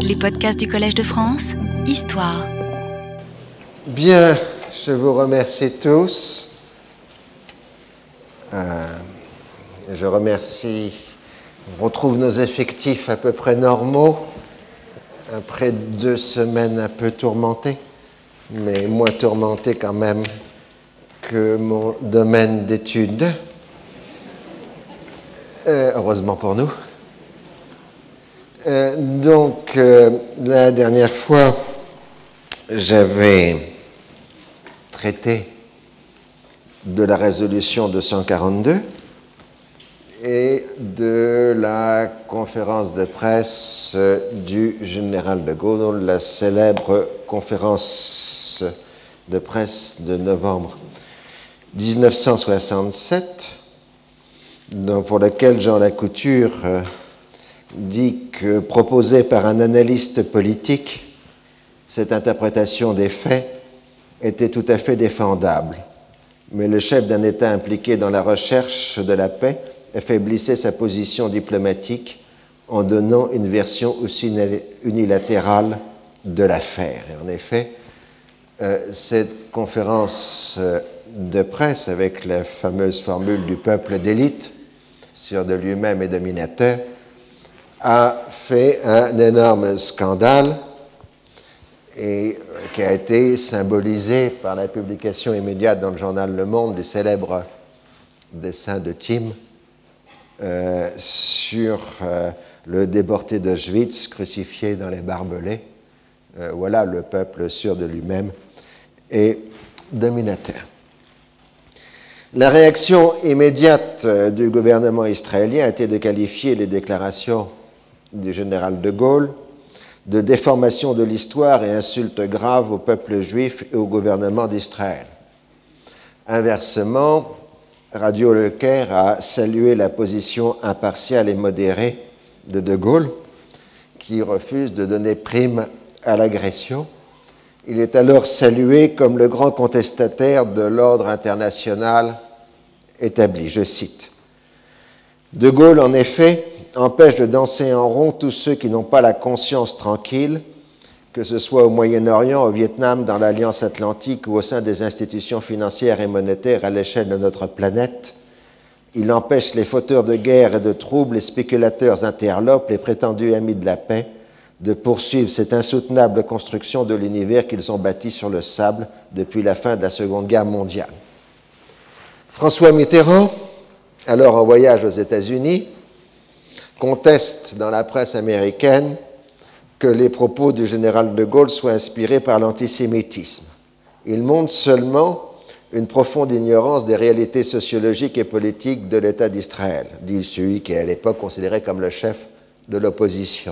Les podcasts du Collège de France, Histoire. Bien, je vous remercie tous. Je remercie, on retrouve nos effectifs à peu près normaux, après 2 semaines un peu tourmentées, mais moins tourmentées quand même que mon domaine d'études. Heureusement pour nous. La dernière fois, j'avais traité de la résolution 242 et de la conférence de presse du général de Gaulle, la célèbre conférence de presse de novembre 1967, pour laquelle Jean Lacouture dit que, proposée par un analyste politique, cette interprétation des faits était tout à fait défendable. Mais le chef d'un État impliqué dans la recherche de la paix affaiblissait sa position diplomatique en donnant une version aussi unilatérale de l'affaire. Et en effet, cette conférence de presse, avec la fameuse formule du peuple d'élite, sûr de lui-même et dominateur, a fait un énorme scandale et qui a été symbolisé par la publication immédiate dans le journal Le Monde du célèbre dessin de Tim sur le déporté d'Auschwitz crucifié dans les barbelés. Voilà le peuple sûr de lui-même et dominateur. La réaction immédiate du gouvernement israélien a été de qualifier les déclarations du général de Gaulle de déformation de l'histoire et insultes graves au peuple juif et au gouvernement d'Israël. Inversement, Radio Le Caire a salué la position impartiale et modérée de Gaulle, qui refuse de donner prime à l'agression. Il est alors salué comme le grand contestataire de l'ordre international établi. Je cite. De Gaulle, en effet, empêche de danser en rond tous ceux qui n'ont pas la conscience tranquille, que ce soit au Moyen-Orient, au Vietnam, dans l'Alliance Atlantique ou au sein des institutions financières et monétaires à l'échelle de notre planète. Il empêche les fauteurs de guerre et de troubles, les spéculateurs interlopes, les prétendus amis de la paix, de poursuivre cette insoutenable construction de l'univers qu'ils ont bâti sur le sable depuis la fin de la Seconde Guerre mondiale. François Mitterrand, alors en voyage aux États-Unis, conteste dans la presse américaine que les propos du général de Gaulle soient inspirés par l'antisémitisme. Il montre seulement une profonde ignorance des réalités sociologiques et politiques de l'État d'Israël, dit celui qui est à l'époque considéré comme le chef de l'opposition.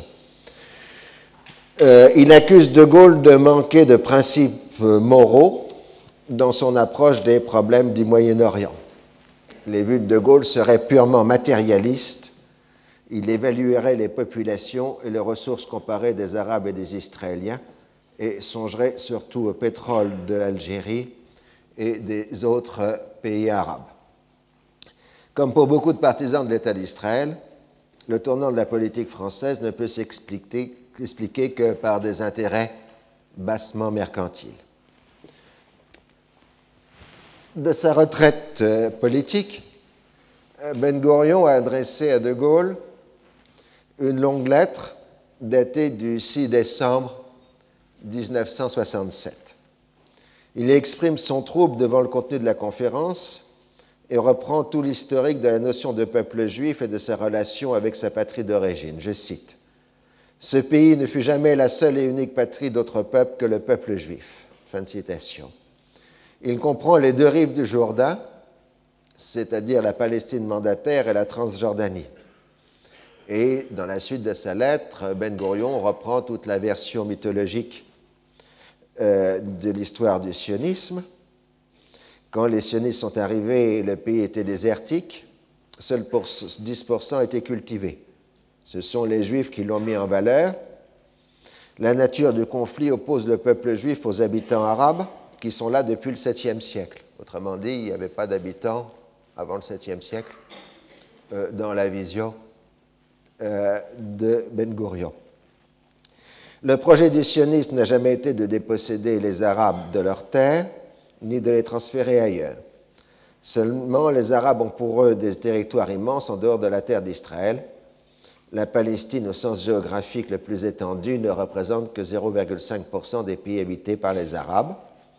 Il accuse de Gaulle de manquer de principes moraux dans son approche des problèmes du Moyen-Orient. Les vues de Gaulle seraient purement matérialistes. Il évaluerait les populations et les ressources comparées des Arabes et des Israéliens et songerait surtout au pétrole de l'Algérie et des autres pays arabes. Comme pour beaucoup de partisans de l'État d'Israël, le tournant de la politique française ne peut s'expliquer que par des intérêts bassement mercantiles. De sa retraite politique, Ben-Gurion a adressé à de Gaulle une longue lettre datée du 6 décembre 1967. Il exprime son trouble devant le contenu de la conférence et reprend tout l'historique de la notion de peuple juif et de sa relation avec sa patrie d'origine. Je cite. « Ce pays ne fut jamais la seule et unique patrie d'autre peuple que le peuple juif. » Fin de citation. Il comprend les 2 rives du Jourdain, c'est-à-dire la Palestine mandataire et la Transjordanie. Et dans la suite de sa lettre, Ben-Gurion reprend toute la version mythologique de l'histoire du sionisme. Quand les sionistes sont arrivés, le pays était désertique, seuls 10% étaient cultivés. Ce sont les Juifs qui l'ont mis en valeur. La nature du conflit oppose le peuple juif aux habitants arabes qui sont là depuis le 7e siècle. Autrement dit, il n'y avait pas d'habitants avant le 7e siècle dans la vision de Ben-Gurion. Le projet du sionisme n'a jamais été de déposséder les Arabes de leurs terres, ni de les transférer ailleurs. Seulement, les Arabes ont pour eux des territoires immenses en dehors de la terre d'Israël. La Palestine, au sens géographique le plus étendu, ne représente que 0,5% des pays habités par les Arabes.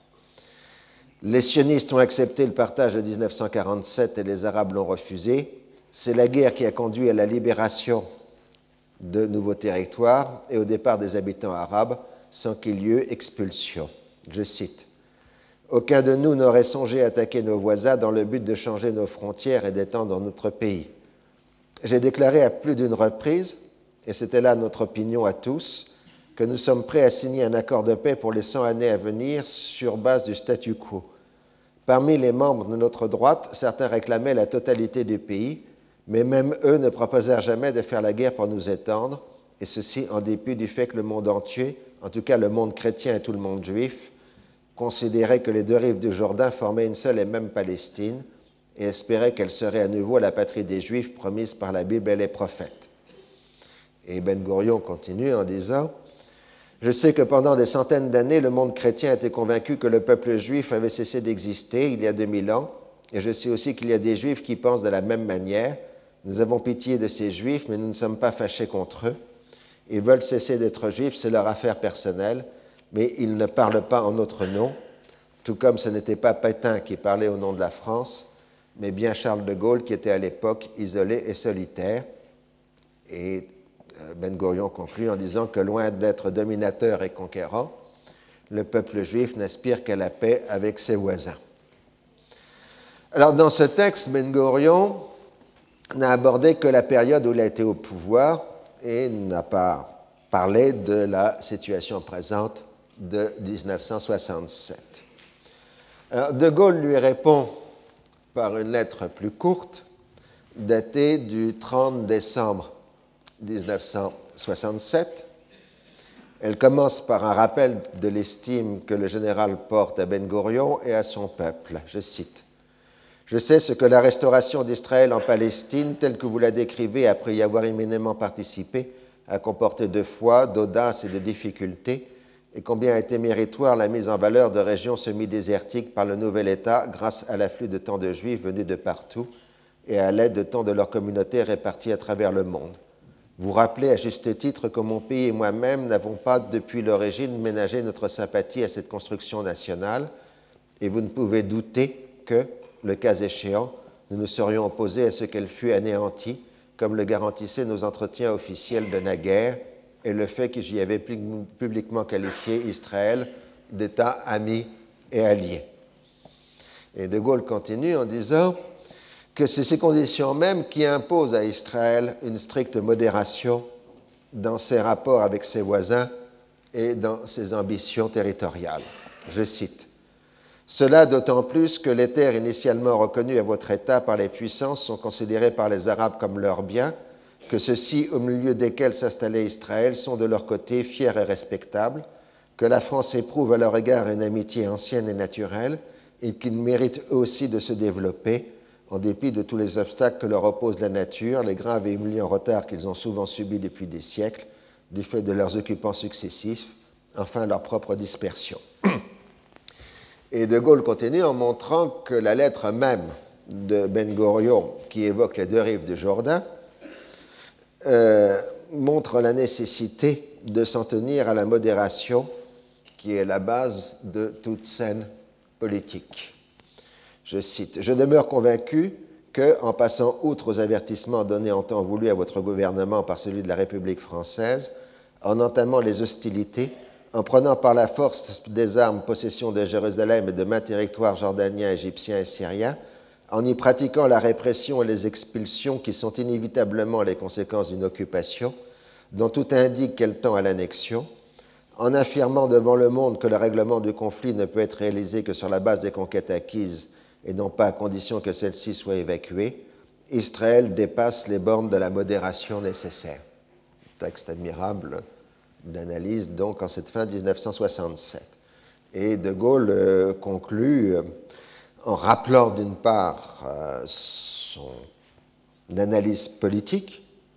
Les sionistes ont accepté le partage de 1947 et les Arabes l'ont refusé. C'est la guerre qui a conduit à la libération de nouveaux territoires et au départ des habitants arabes sans qu'il y eut expulsion. Je cite. « Aucun de nous n'aurait songé attaquer nos voisins dans le but de changer nos frontières et d'étendre notre pays. J'ai déclaré à plus d'une reprise, et c'était là notre opinion à tous, que nous sommes prêts à signer un accord de paix pour les 100 années à venir sur base du statu quo. Parmi les membres de notre droite, certains réclamaient la totalité du pays, mais même eux ne proposèrent jamais de faire la guerre pour nous étendre, et ceci en dépit du fait que le monde entier, en tout cas le monde chrétien et tout le monde juif, considérait que les deux rives du Jourdain formaient une seule et même Palestine et espérait qu'elle serait à nouveau la patrie des Juifs promise par la Bible et les prophètes. » Et Ben Gurion continue en disant « Je sais que pendant des centaines d'années, le monde chrétien était convaincu que le peuple juif avait cessé d'exister il y a 2000 ans, et je sais aussi qu'il y a des Juifs qui pensent de la même manière. Nous avons pitié de ces Juifs, mais nous ne sommes pas fâchés contre eux. Ils veulent cesser d'être Juifs, c'est leur affaire personnelle, mais ils ne parlent pas en notre nom, tout comme ce n'était pas Pétain qui parlait au nom de la France, mais bien Charles de Gaulle qui était à l'époque isolé et solitaire. » Et Ben Gurion conclut en disant que loin d'être dominateur et conquérant, le peuple juif n'aspire qu'à la paix avec ses voisins. Alors dans ce texte, Ben Gurion n'a abordé que la période où il a été au pouvoir et n'a pas parlé de la situation présente de 1967. Alors, De Gaulle lui répond par une lettre plus courte, datée du 30 décembre 1967. Elle commence par un rappel de l'estime que le général porte à Ben Gurion et à son peuple. Je cite. « Je sais ce que la restauration d'Israël en Palestine, telle que vous la décrivez après y avoir éminemment participé, a comporté de foi, d'audace et de difficulté, et combien a été méritoire la mise en valeur de régions semi-désertiques par le nouvel État grâce à l'afflux de tant de Juifs venus de partout et à l'aide de tant de leurs communautés réparties à travers le monde. Vous rappelez à juste titre que mon pays et moi-même n'avons pas depuis l'origine ménagé notre sympathie à cette construction nationale, et vous ne pouvez douter que, le cas échéant, nous nous serions opposés à ce qu'elle fût anéantie, comme le garantissaient nos entretiens officiels de naguère et le fait que j'y avais publiquement qualifié Israël d'État ami et allié. » Et De Gaulle continue en disant que c'est ces conditions mêmes qui imposent à Israël une stricte modération dans ses rapports avec ses voisins et dans ses ambitions territoriales. Je cite. « Cela d'autant plus que les terres initialement reconnues à votre État par les puissances sont considérées par les Arabes comme leurs biens, que ceux-ci, au milieu desquels s'installait Israël, sont de leur côté fiers et respectables, que la France éprouve à leur égard une amitié ancienne et naturelle, et qu'ils méritent eux aussi de se développer, en dépit de tous les obstacles que leur oppose la nature, les graves et humiliants retards qu'ils ont souvent subis depuis des siècles, du fait de leurs occupants successifs, enfin leur propre dispersion. » Et De Gaulle continue en montrant que la lettre même de Ben Gurion, qui évoque les deux rives du Jourdain, montre la nécessité de s'en tenir à la modération qui est la base de toute scène politique. Je cite, « Je demeure convaincu que, en passant outre aux avertissements donnés en temps voulu à votre gouvernement par celui de la République française, en entamant les hostilités, en prenant par la force des armes possession de Jérusalem et de maints territoires jordaniens, égyptiens et syriens, en y pratiquant la répression et les expulsions qui sont inévitablement les conséquences d'une occupation, dont tout indique qu'elle tend à l'annexion, en affirmant devant le monde que le règlement du conflit ne peut être réalisé que sur la base des conquêtes acquises et non pas à condition que celles-ci soient évacuées, Israël dépasse les bornes de la modération nécessaire. » Texte admirable d'analyse, donc, en cette fin 1967. Et De Gaulle conclut en rappelant d'une part son analyse politique,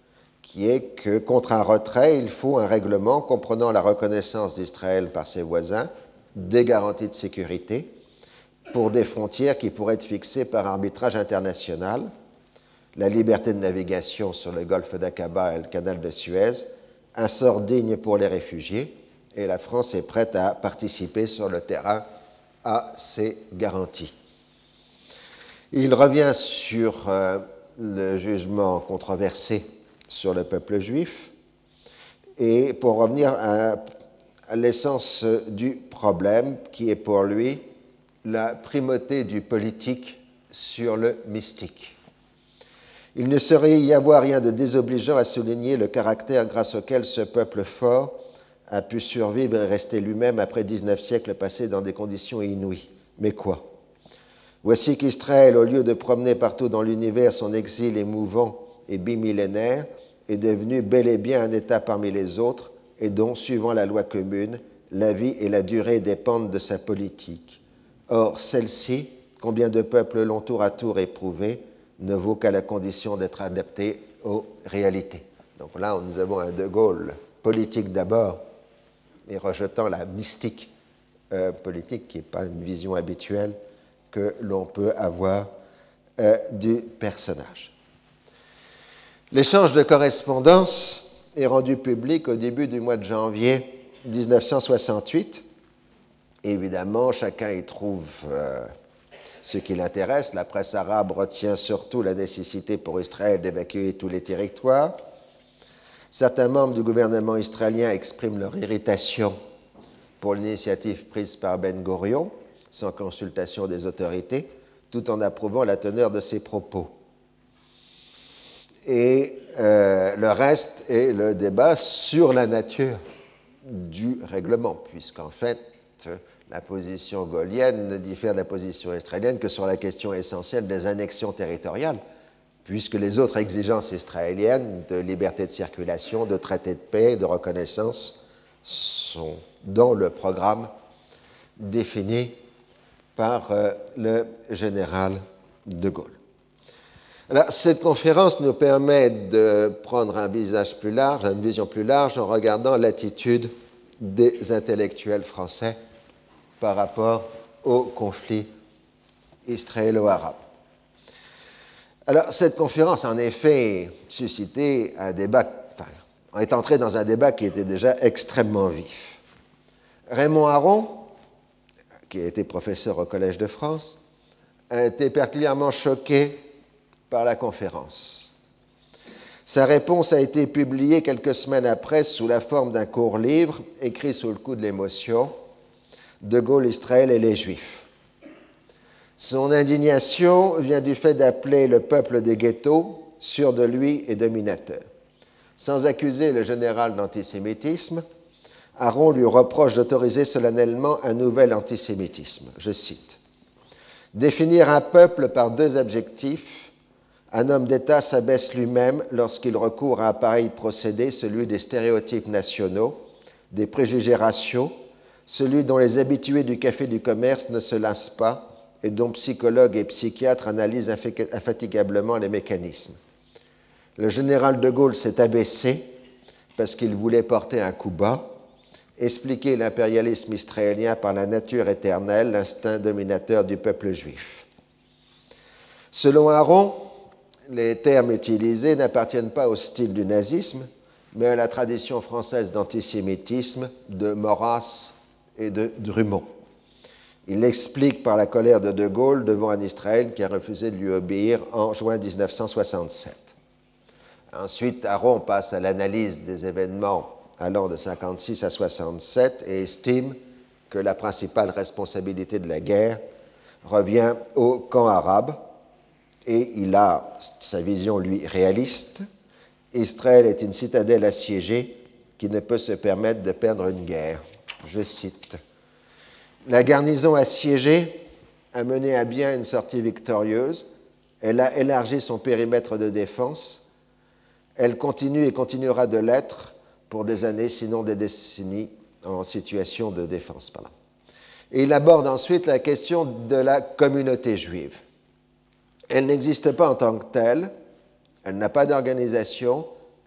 qui est que contre un retrait, il faut un règlement comprenant la reconnaissance d'Israël par ses voisins, des garanties de sécurité pour des frontières qui pourraient être fixées par arbitrage international, la liberté de navigation sur le golfe d'Aqaba et le canal de Suez, un sort digne pour les réfugiés, et la France est prête à participer sur le terrain à ces garanties. Il revient sur le jugement controversé sur le peuple juif, et pour revenir à l'essence du problème, qui est pour lui la primauté du politique sur le mystique. Il ne saurait y avoir rien de désobligeant à souligner le caractère grâce auquel ce peuple fort a pu survivre et rester lui-même après 19 siècles passés dans des conditions inouïes. Mais quoi? Voici qu'Israël, au lieu de promener partout dans l'univers son exil émouvant et bimillénaire, est devenu bel et bien un État parmi les autres, et dont, suivant la loi commune, la vie et la durée dépendent de sa politique. Or, celle-ci, combien de peuples l'ont tour à tour éprouvée, ne vaut qu'à la condition d'être adaptée aux réalités. Donc là, nous avons un De Gaulle politique d'abord, et rejetant la mystique politique, qui n'est pas une vision habituelle que l'on peut avoir du personnage. L'échange de correspondance est rendu public au début du mois de janvier 1968. Évidemment, chacun y trouve ce qui l'intéresse. La presse arabe retient surtout la nécessité pour Israël d'évacuer tous les territoires. Certains membres du gouvernement israélien expriment leur irritation pour l'initiative prise par Ben Gurion, sans consultation des autorités, tout en approuvant la teneur de ses propos. Et le reste est le débat sur la nature du règlement, puisqu'en fait, la position gaullienne ne diffère de la position israélienne que sur la question essentielle des annexions territoriales, puisque les autres exigences israéliennes de liberté de circulation, de traité de paix, de reconnaissance sont dans le programme défini par le général de Gaulle. Alors, cette conférence nous permet de prendre un visage plus large, une vision plus large, en regardant l'attitude des intellectuels français par rapport au conflit israélo-arabe. Alors, cette conférence, en effet, suscité un débat, est entrée dans un débat qui était déjà extrêmement vif. Raymond Aron, qui a été professeur au Collège de France, a été particulièrement choqué par la conférence. Sa réponse a été publiée quelques semaines après sous la forme d'un court livre écrit sous le coup de l'émotion, De Gaulle, Israël et les Juifs. Son indignation vient du fait d'appeler le peuple des ghettos sûr de lui et dominateur. Sans accuser le général d'antisémitisme, Aron lui reproche d'autoriser solennellement un nouvel antisémitisme. Je cite. « Définir un peuple par deux objectifs, un homme d'État s'abaisse lui-même lorsqu'il recourt à un pareil procédé, celui des stéréotypes nationaux, des préjugés raciaux, celui dont les habitués du café du commerce ne se lassent pas et dont psychologues et psychiatres analysent infatigablement les mécanismes. Le général de Gaulle s'est abaissé parce qu'il voulait porter un coup bas, expliquer l'impérialisme israélien par la nature éternelle, l'instinct dominateur du peuple juif. » Selon Aron, les termes utilisés n'appartiennent pas au style du nazisme, mais à la tradition française d'antisémitisme de Maurras et de Drummond. Il l'explique par la colère de Gaulle devant un Israël qui a refusé de lui obéir en juin 1967. Ensuite, Aron passe à l'analyse des événements allant de 1956 à 1967 et estime que la principale responsabilité de la guerre revient au camp arabe, et il a sa vision, lui, réaliste. Israël est une citadelle assiégée qui ne peut se permettre de perdre une guerre. Je cite. La garnison assiégée a mené à bien une sortie victorieuse. Elle a élargi son périmètre de défense. Elle continue et continuera de l'être pour des années, sinon des décennies, en situation de défense. Et il aborde ensuite la question de la communauté juive. Elle n'existe pas en tant que telle, elle n'a pas d'organisation,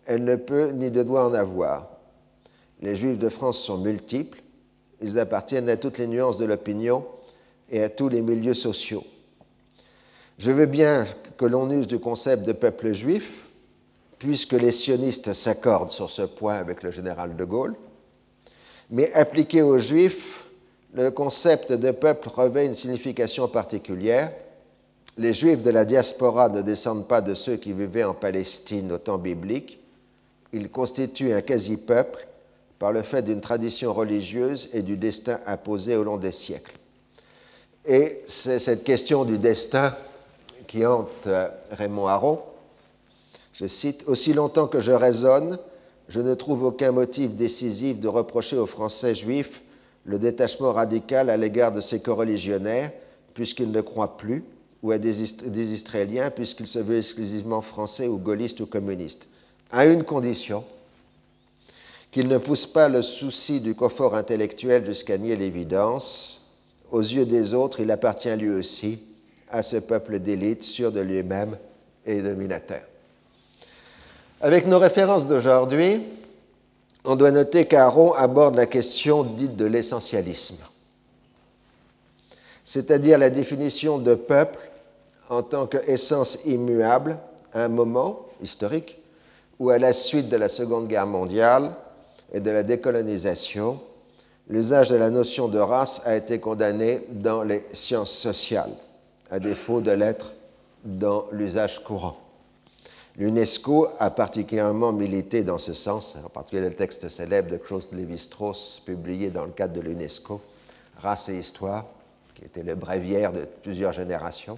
elle ne peut ni ne doit en avoir. Les Juifs de France sont multiples, ils appartiennent à toutes les nuances de l'opinion et à tous les milieux sociaux. Je veux bien que l'on use du concept de peuple juif, puisque les sionistes s'accordent sur ce point avec le général de Gaulle, mais appliqué aux Juifs, le concept de peuple revêt une signification particulière. Les Juifs de la diaspora ne descendent pas de ceux qui vivaient en Palestine au temps biblique. Ils constituent un quasi-peuple par le fait d'une tradition religieuse et du destin imposé au long des siècles. Et c'est cette question du destin qui hante Raymond Aron. Je cite « Aussi longtemps que je raisonne, je ne trouve aucun motif décisif de reprocher aux Français juifs le détachement radical à l'égard de ces coreligionnaires, puisqu'ils ne croient plus, ou à des Israéliens, puisqu'ils se veulent exclusivement français ou gaullistes ou communistes, à une condition, qu'ils ne poussent pas le souci du confort intellectuel jusqu'à nier l'évidence. Aux yeux des autres, il appartient lui aussi à ce peuple d'élite sûr de lui-même et dominateur. » Avec nos références d'aujourd'hui, on doit noter qu'Aron aborde la question dite de l'essentialisme, c'est-à-dire la définition de peuple en tant qu'essence immuable à un moment historique où, à la suite de la Seconde Guerre mondiale et de la décolonisation, l'usage de la notion de race a été condamné dans les sciences sociales, à défaut de l'être dans l'usage courant. L'UNESCO a particulièrement milité dans ce sens, en particulier le texte célèbre de Claus Lévi-Strauss, publié dans le cadre de l'UNESCO, Race et Histoire, qui était le bréviaire de plusieurs générations.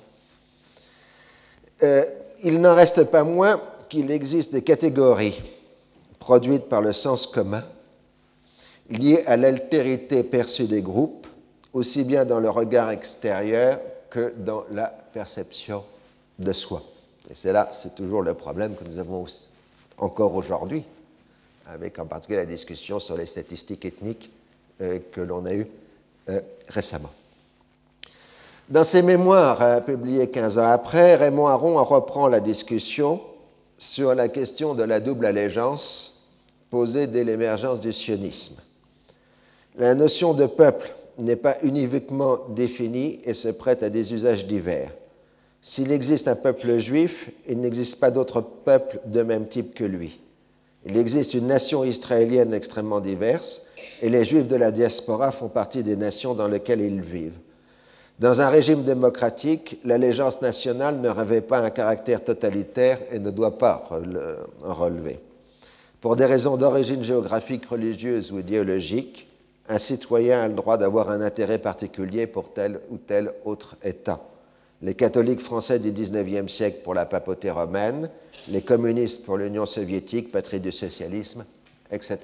Il n'en reste pas moins qu'il existe des catégories produites par le sens commun, liées à l'altérité perçue des groupes, aussi bien dans le regard extérieur que dans la perception de soi. Et c'est toujours le problème que nous avons encore aujourd'hui, avec en particulier la discussion sur les statistiques ethniques que l'on a eues récemment. Dans ses mémoires publiés 15 ans après, Raymond Aron reprend la discussion sur la question de la double allégeance posée dès l'émergence du sionisme. La notion de peuple n'est pas univoquement définie et se prête à des usages divers. S'il existe un peuple juif, il n'existe pas d'autre peuple de même type que lui. Il existe une nation israélienne extrêmement diverse, et les Juifs de la diaspora font partie des nations dans lesquelles ils vivent. Dans un régime démocratique, l'allégeance nationale ne revêt pas un caractère totalitaire et ne doit pas en relever. Pour des raisons d'origine géographique, religieuse ou idéologique, un citoyen a le droit d'avoir un intérêt particulier pour tel ou tel autre État. Les catholiques français du XIXe siècle pour la papauté romaine, les communistes pour l'Union soviétique, patrie du socialisme, etc.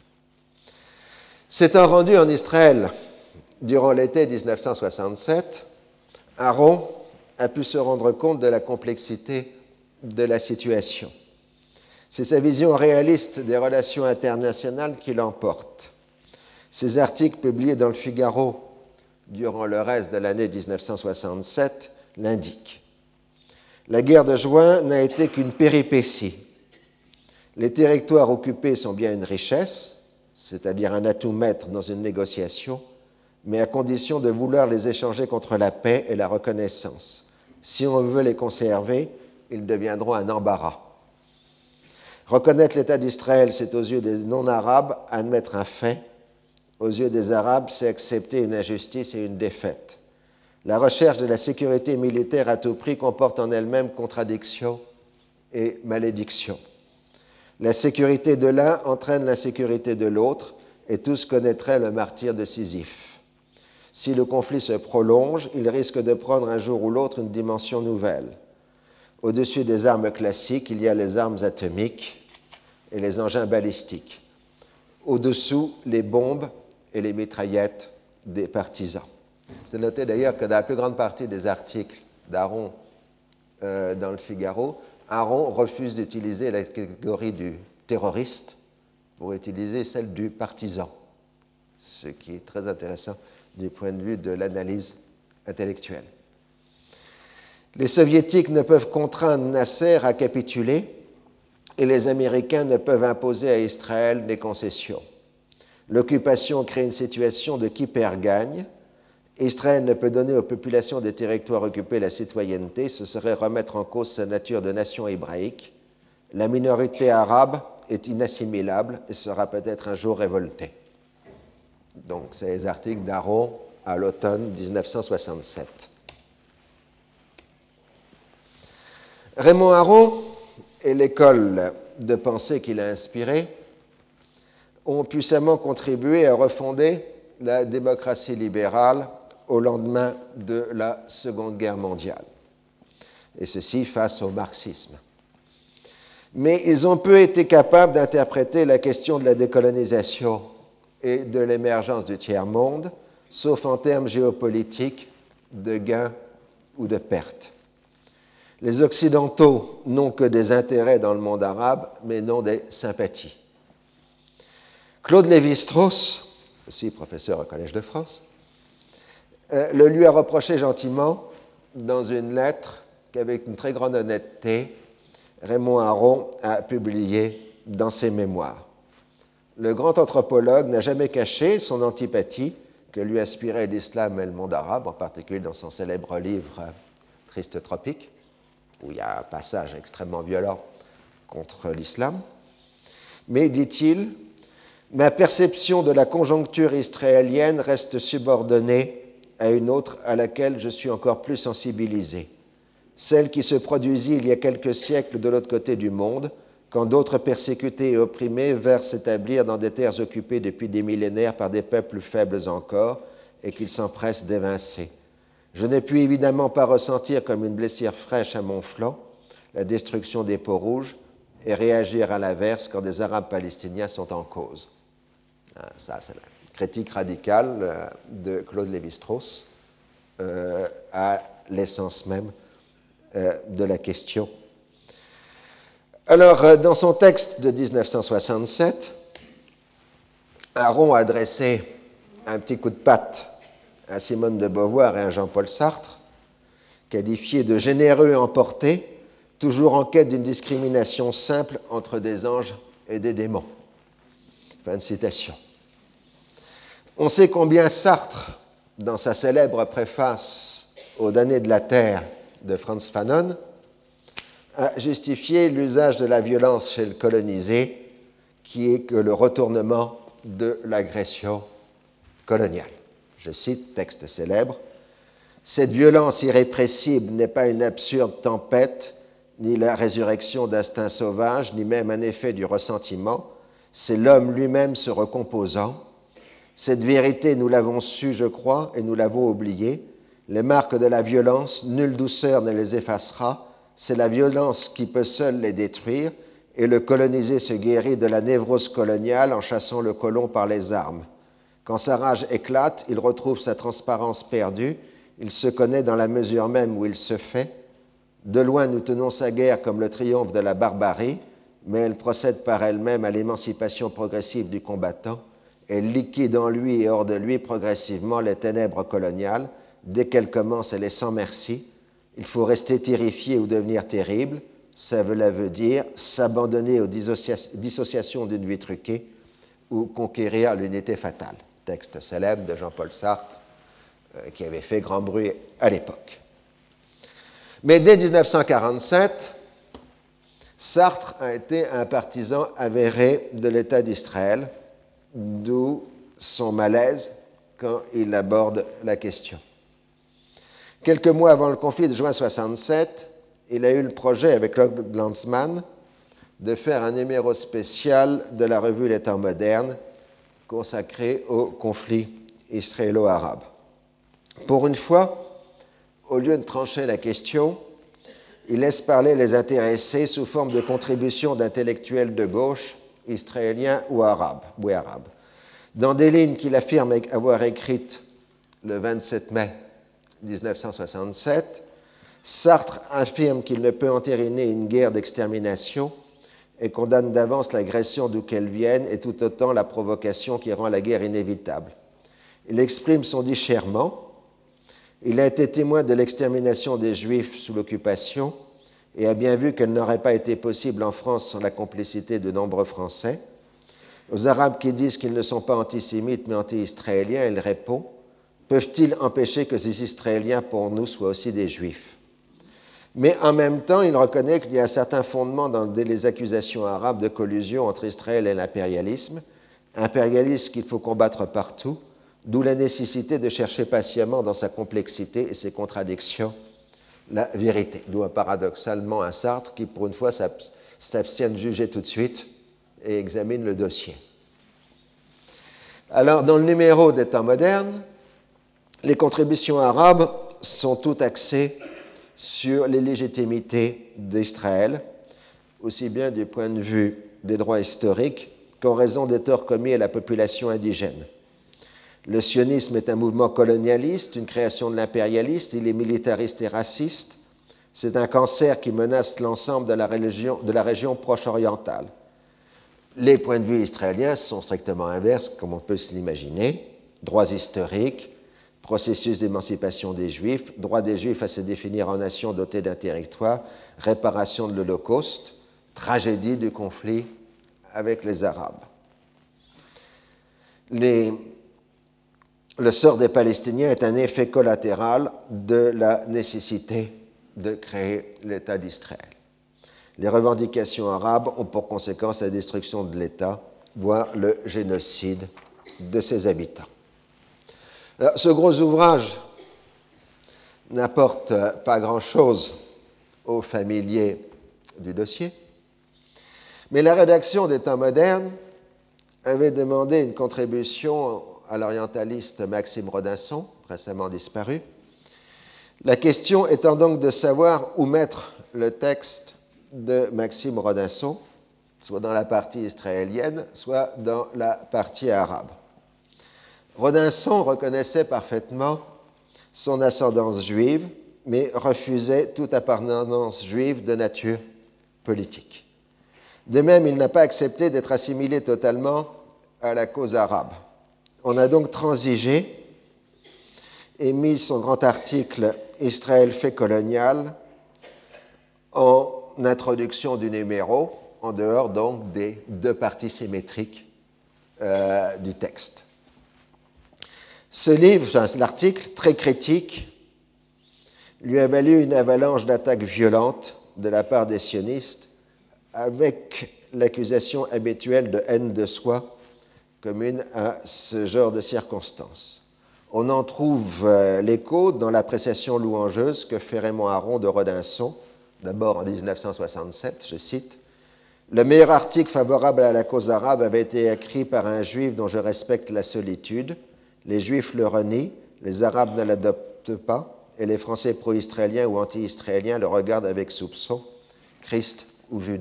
S'étant rendu en Israël durant l'été 1967, Aron a pu se rendre compte de la complexité de la situation. C'est sa vision réaliste des relations internationales qui l'emporte. Ses articles publiés dans le Figaro durant le reste de l'année 1967 l'indiquent. La guerre de juin n'a été qu'une péripétie. Les territoires occupés sont bien une richesse, c'est-à-dire un atout maître dans une négociation, mais à condition de vouloir les échanger contre la paix et la reconnaissance. Si on veut les conserver, ils deviendront un embarras. Reconnaître l'État d'Israël, c'est aux yeux des non-arabes admettre un fait. Aux yeux des Arabes, c'est accepter une injustice et une défaite. La recherche de la sécurité militaire à tout prix comporte en elle-même contradiction et malédiction. La sécurité de l'un entraîne l'insécurité de l'autre, et tous connaîtraient le martyre de Sisyphe. Si le conflit se prolonge, il risque de prendre un jour ou l'autre une dimension nouvelle. Au-dessus des armes classiques, il y a les armes atomiques et les engins balistiques. Au-dessous, les bombes et les mitraillettes des partisans. C'est noté d'ailleurs que dans la plus grande partie des articles d'Aron dans le Figaro, Aron refuse d'utiliser la catégorie du terroriste pour utiliser celle du partisan, ce qui est très intéressant du point de vue de l'analyse intellectuelle. Les Soviétiques ne peuvent contraindre Nasser à capituler et les Américains ne peuvent imposer à Israël des concessions. L'occupation crée une situation de qui perd gagne. Israël ne peut donner aux populations des territoires occupés la citoyenneté, ce serait remettre en cause sa nature de nation hébraïque. La minorité arabe est inassimilable et sera peut-être un jour révoltée. Donc, c'est les articles d'Aron à l'automne 1967. Raymond Aron et l'école de pensée qu'il a inspirée ont puissamment contribué à refonder la démocratie libérale au lendemain de la Seconde Guerre mondiale, et ceci face au marxisme. Mais ils ont peu été capables d'interpréter la question de la décolonisation et de l'émergence du tiers-monde, sauf en termes géopolitiques de gains ou de pertes. Les Occidentaux n'ont que des intérêts dans le monde arabe, mais non des sympathies. Claude Lévi-Strauss, aussi professeur au Collège de France, le lui a reproché gentiment dans une lettre qu'avec une très grande honnêteté, Raymond Aron a publiée dans ses mémoires. Le grand anthropologue n'a jamais caché son antipathie que lui aspirait l'islam et le monde arabe, en particulier dans son célèbre livre Triste Tropique, où il y a un passage extrêmement violent contre l'islam. Mais, dit-il, ma perception de la conjoncture israélienne reste subordonnée à une autre à laquelle je suis encore plus sensibilisé, celle qui se produisit il y a quelques siècles de l'autre côté du monde, quand d'autres persécutés et opprimés vinrent s'établir dans des terres occupées depuis des millénaires par des peuples faibles encore et qu'ils s'empressent d'évincer. Je n'ai pu évidemment pas ressentir comme une blessure fraîche à mon flanc la destruction des peaux rouges et réagir à l'inverse quand des Arabes palestiniens sont en cause. Ça, c'est la critique radicale de Claude Lévi-Strauss à l'essence même de la question. Alors, dans son texte de 1967, Aron a adressé un petit coup de patte à Simone de Beauvoir et à Jean-Paul Sartre, qualifié de généreux et emporté, toujours en quête d'une discrimination simple entre des anges et des démons. Fin de citation. On sait combien Sartre, dans sa célèbre préface aux damnés de la terre de Frantz Fanon, a justifié l'usage de la violence chez le colonisé, qui est que le retournement de l'agression coloniale. Je cite, texte célèbre, « Cette violence irrépressible n'est pas une absurde tempête, ni la résurrection d'instincts sauvages, ni même un effet du ressentiment, c'est l'homme lui-même se recomposant. Cette vérité, nous l'avons su, je crois, et nous l'avons oubliée. Les marques de la violence, nulle douceur ne les effacera. C'est la violence qui peut seule les détruire, et le colonisé se guérit de la névrose coloniale en chassant le colon par les armes. Quand sa rage éclate, il retrouve sa transparence perdue, il se connaît dans la mesure même où il se fait. De loin, nous tenons sa guerre comme le triomphe de la barbarie, mais elle procède par elle-même à l'émancipation progressive du combattant. Elle liquide en lui et hors de lui progressivement les ténèbres coloniales. Dès qu'elle commence, elle est sans merci. Il faut rester terrifié ou devenir terrible. Ça veut dire s'abandonner aux dissociations d'une vie truquée ou conquérir l'unité fatale. Texte célèbre de Jean-Paul Sartre qui avait fait grand bruit à l'époque. Mais dès 1947, Sartre a été un partisan avéré de l'État d'Israël, d'où son malaise quand il aborde la question. Quelques mois avant le conflit de juin 1967, il a eu le projet avec Claude Lanzmann de faire un numéro spécial de la revue Les Temps modernes consacré au conflit israélo-arabe. Pour une fois, au lieu de trancher la question, il laisse parler les intéressés sous forme de contributions d'intellectuels de gauche, israéliens ou arabes. Dans des lignes qu'il affirme avoir écrites le 27 mai 1967, Sartre affirme qu'il ne peut entériner une guerre d'extermination et condamne d'avance l'agression d'où qu'elle vienne et tout autant la provocation qui rend la guerre inévitable. Il exprime son déchirement. Il a été témoin de l'extermination des Juifs sous l'occupation et a bien vu qu'elle n'aurait pas été possible en France sans la complicité de nombreux Français. Aux Arabes qui disent qu'ils ne sont pas antisémites mais anti-israéliens, elle répond: peuvent-ils empêcher que ces Israéliens pour nous soient aussi des Juifs? Mais en même temps, il reconnaît qu'il y a un certain fondement dans les accusations arabes de collusion entre Israël et l'impérialisme, impérialisme qu'il faut combattre partout, d'où la nécessité de chercher patiemment dans sa complexité et ses contradictions la vérité. D'où paradoxalement un Sartre qui, pour une fois, s'abstient de juger tout de suite et examine le dossier. Alors, dans le numéro des temps modernes, les contributions arabes sont toutes axées sur les légitimités d'Israël, aussi bien du point de vue des droits historiques qu'en raison des torts commis à la population indigène. Le sionisme est un mouvement colonialiste, une création de l'impérialiste, il est militariste et raciste. C'est un cancer qui menace l'ensemble de la région proche-orientale. Les points de vue israéliens sont strictement inverses, comme on peut se l'imaginer. Droits historiques, processus d'émancipation des Juifs, droit des Juifs à se définir en nation dotée d'un territoire, réparation de l'Holocauste, tragédie du conflit avec les Arabes. Le sort des Palestiniens est un effet collatéral de la nécessité de créer l'État d'Israël. Les revendications arabes ont pour conséquence la destruction de l'État, voire le génocide de ses habitants. Alors, ce gros ouvrage n'apporte pas grand-chose aux familiers du dossier, mais la rédaction des temps modernes avait demandé une contribution à l'orientaliste Maxime Rodinson, récemment disparu. La question étant donc de savoir où mettre le texte de Maxime Rodinson, soit dans la partie israélienne, soit dans la partie arabe. Rodinson reconnaissait parfaitement son ascendance juive, mais refusait toute appartenance juive de nature politique. De même, il n'a pas accepté d'être assimilé totalement à la cause arabe. On a donc transigé et mis son grand article « Israël fait colonial » en introduction du numéro, en dehors donc des deux parties symétriques du texte. Ce livre, l'article, très critique, lui a valu une avalanche d'attaques violentes de la part des sionistes, avec l'accusation habituelle de haine de soi commune à ce genre de circonstances. On en trouve l'écho dans l'appréciation louangeuse que fait Raymond Aron de Rodinson, d'abord en 1967, je cite, « Le meilleur article favorable à la cause arabe avait été écrit par un juif dont je respecte la solitude. Les juifs le renient, les arabes ne l'adoptent pas, et les Français pro-israéliens ou anti-israéliens le regardent avec soupçon, Christ ou Judas. »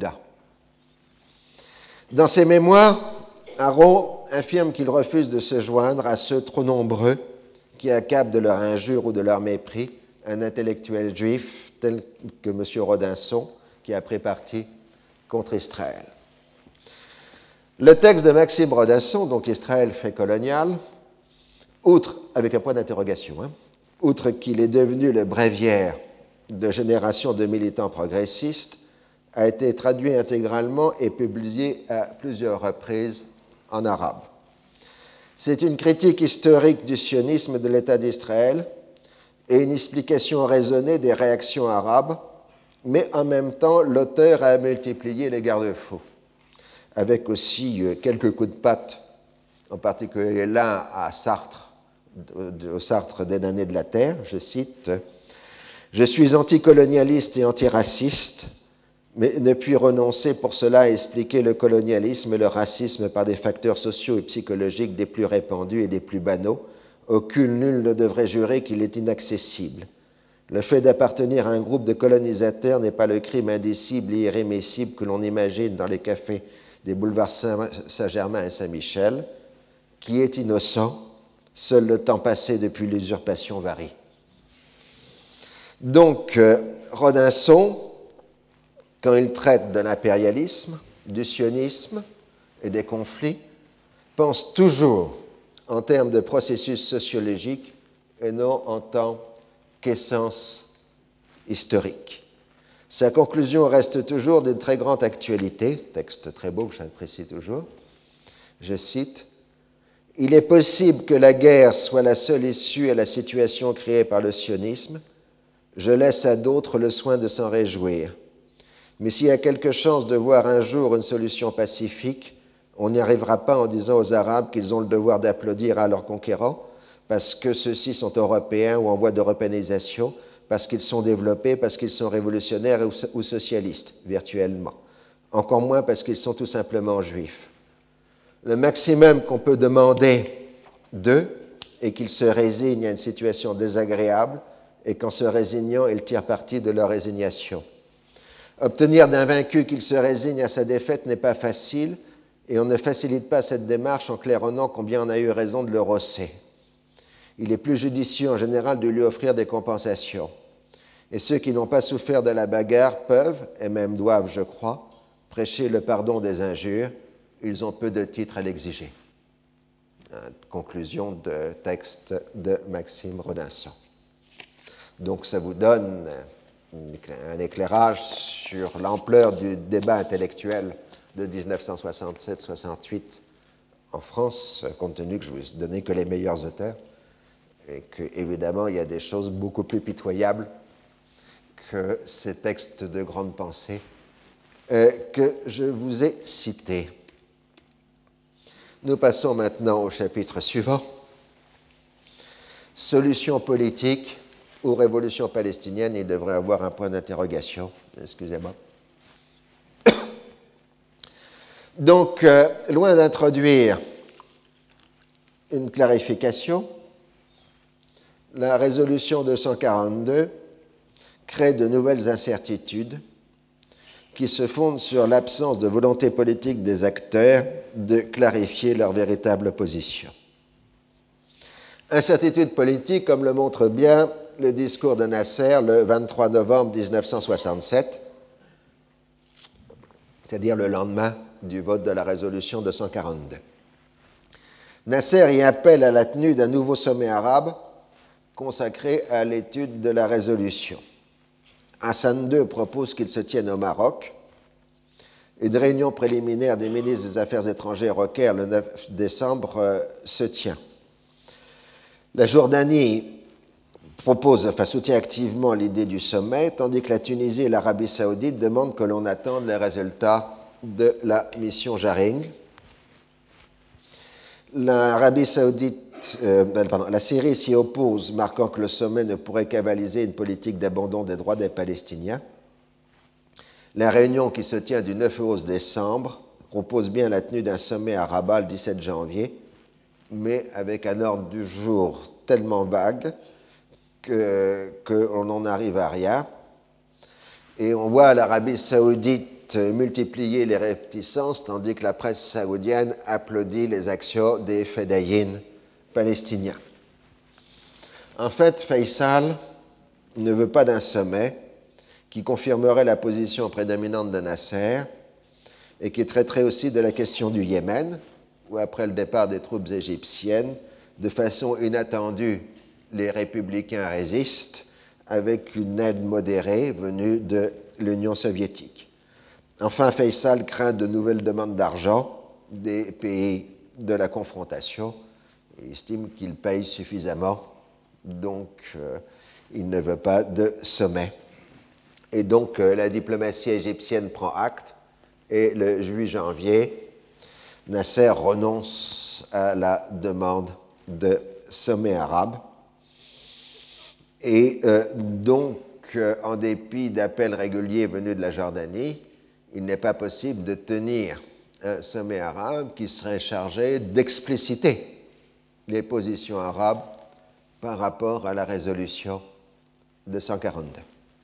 Dans ses mémoires, Aron affirme qu'il refuse de se joindre à ceux trop nombreux qui accablent de leur injure ou de leur mépris un intellectuel juif tel que M. Rodinson, qui a pris parti contre Israël. Le texte de Maxime Rodinson, donc Israël fait colonial, outre, avec un point d'interrogation, outre qu'il est devenu le bréviaire de générations de militants progressistes, a été traduit intégralement et publié à plusieurs reprises en arabe. C'est une critique historique du sionisme de l'État d'Israël et une explication raisonnée des réactions arabes, mais en même temps, l'auteur a multiplié les garde-fous, avec aussi quelques coups de patte, en particulier l'un à Sartre, au Sartre des damnés de la terre, je cite, « Je suis anticolonialiste et antiraciste, mais ne puis renoncer pour cela à expliquer le colonialisme et le racisme par des facteurs sociaux et psychologiques des plus répandus et des plus banaux, auxquels nul ne devrait jurer qu'il est inaccessible. Le fait d'appartenir à un groupe de colonisateurs n'est pas le crime indicible et irrémissible que l'on imagine dans les cafés des boulevards Saint-Germain et Saint-Michel. Qui est innocent, seul le temps passé depuis l'usurpation varie. » Donc, Rodinson, quand il traite de l'impérialisme, du sionisme et des conflits, pense toujours en termes de processus sociologiques et non en tant qu'essence historique. Sa conclusion reste toujours d'une très grande actualité, texte très beau que j'apprécie toujours. Je cite, « Il est possible que la guerre soit la seule issue à la situation créée par le sionisme. Je laisse à d'autres le soin de s'en réjouir. Mais s'il y a quelque chance de voir un jour une solution pacifique, on n'y arrivera pas en disant aux Arabes qu'ils ont le devoir d'applaudir à leurs conquérants parce que ceux-ci sont européens ou en voie d'européanisation, parce qu'ils sont développés, parce qu'ils sont révolutionnaires ou socialistes, virtuellement. Encore moins parce qu'ils sont tout simplement juifs. Le maximum qu'on peut demander d'eux est qu'ils se résignent à une situation désagréable et qu'en se résignant, ils tirent parti de leur résignation. Obtenir d'un vaincu qu'il se résigne à sa défaite n'est pas facile et on ne facilite pas cette démarche en claironnant combien on a eu raison de le rosser. Il est plus judicieux en général de lui offrir des compensations. Et ceux qui n'ont pas souffert de la bagarre peuvent, et même doivent, je crois, prêcher le pardon des injures. Ils ont peu de titres à l'exiger. Conclusion de texte de Maxime Rodinson. Donc ça vous donne un éclairage sur l'ampleur du débat intellectuel de 1967-68 en France, compte tenu que je ne vous ai donné que les meilleurs auteurs, et qu'évidemment, il y a des choses beaucoup plus pitoyables que ces textes de grande pensée que je vous ai cités. Nous passons maintenant au chapitre suivant. Solution politique ou révolution palestinienne, il devrait avoir un point d'interrogation. Excusez-moi. Donc, loin d'introduire une clarification, la résolution 242 crée de nouvelles incertitudes qui se fondent sur l'absence de volonté politique des acteurs de clarifier leur véritable position. Incertitude politique, comme le montre bien le discours de Nasser le 23 novembre 1967, c'est-à-dire le lendemain du vote de la résolution 242. Nasser y appelle à la tenue d'un nouveau sommet arabe consacré à l'étude de la résolution. Hassan II propose qu'il se tienne au Maroc. Une réunion préliminaire des ministres des Affaires étrangères au Caire le 9 décembre se tient. La Jordanie soutient activement l'idée du sommet, tandis que la Tunisie et l'Arabie saoudite demandent que l'on attende les résultats de la mission Jaring. La Syrie s'y oppose, marquant que le sommet ne pourrait qu'avaliser une politique d'abandon des droits des Palestiniens. La réunion qui se tient du 9 au 11 décembre propose bien la tenue d'un sommet à Rabat le 17 janvier, mais avec un ordre du jour tellement vague qu'on n'en arrive à rien. Et on voit l'Arabie saoudite multiplier les réticences, tandis que la presse saoudienne applaudit les actions des fédayines palestiniens. En fait, Faisal ne veut pas d'un sommet qui confirmerait la position prédominante de Nasser et qui traiterait aussi de la question du Yémen, où après le départ des troupes égyptiennes, de façon inattendue, les républicains résistent avec une aide modérée venue de l'Union soviétique. Enfin, Faisal craint de nouvelles demandes d'argent des pays de la confrontation et estime qu'ils payent suffisamment, donc il ne veut pas de sommet. Et donc la diplomatie égyptienne prend acte et le 8 janvier, Nasser renonce à la demande de sommet arabe. Et donc, en dépit d'appels réguliers venus de la Jordanie, il n'est pas possible de tenir un sommet arabe qui serait chargé d'expliciter les positions arabes par rapport à la résolution 242.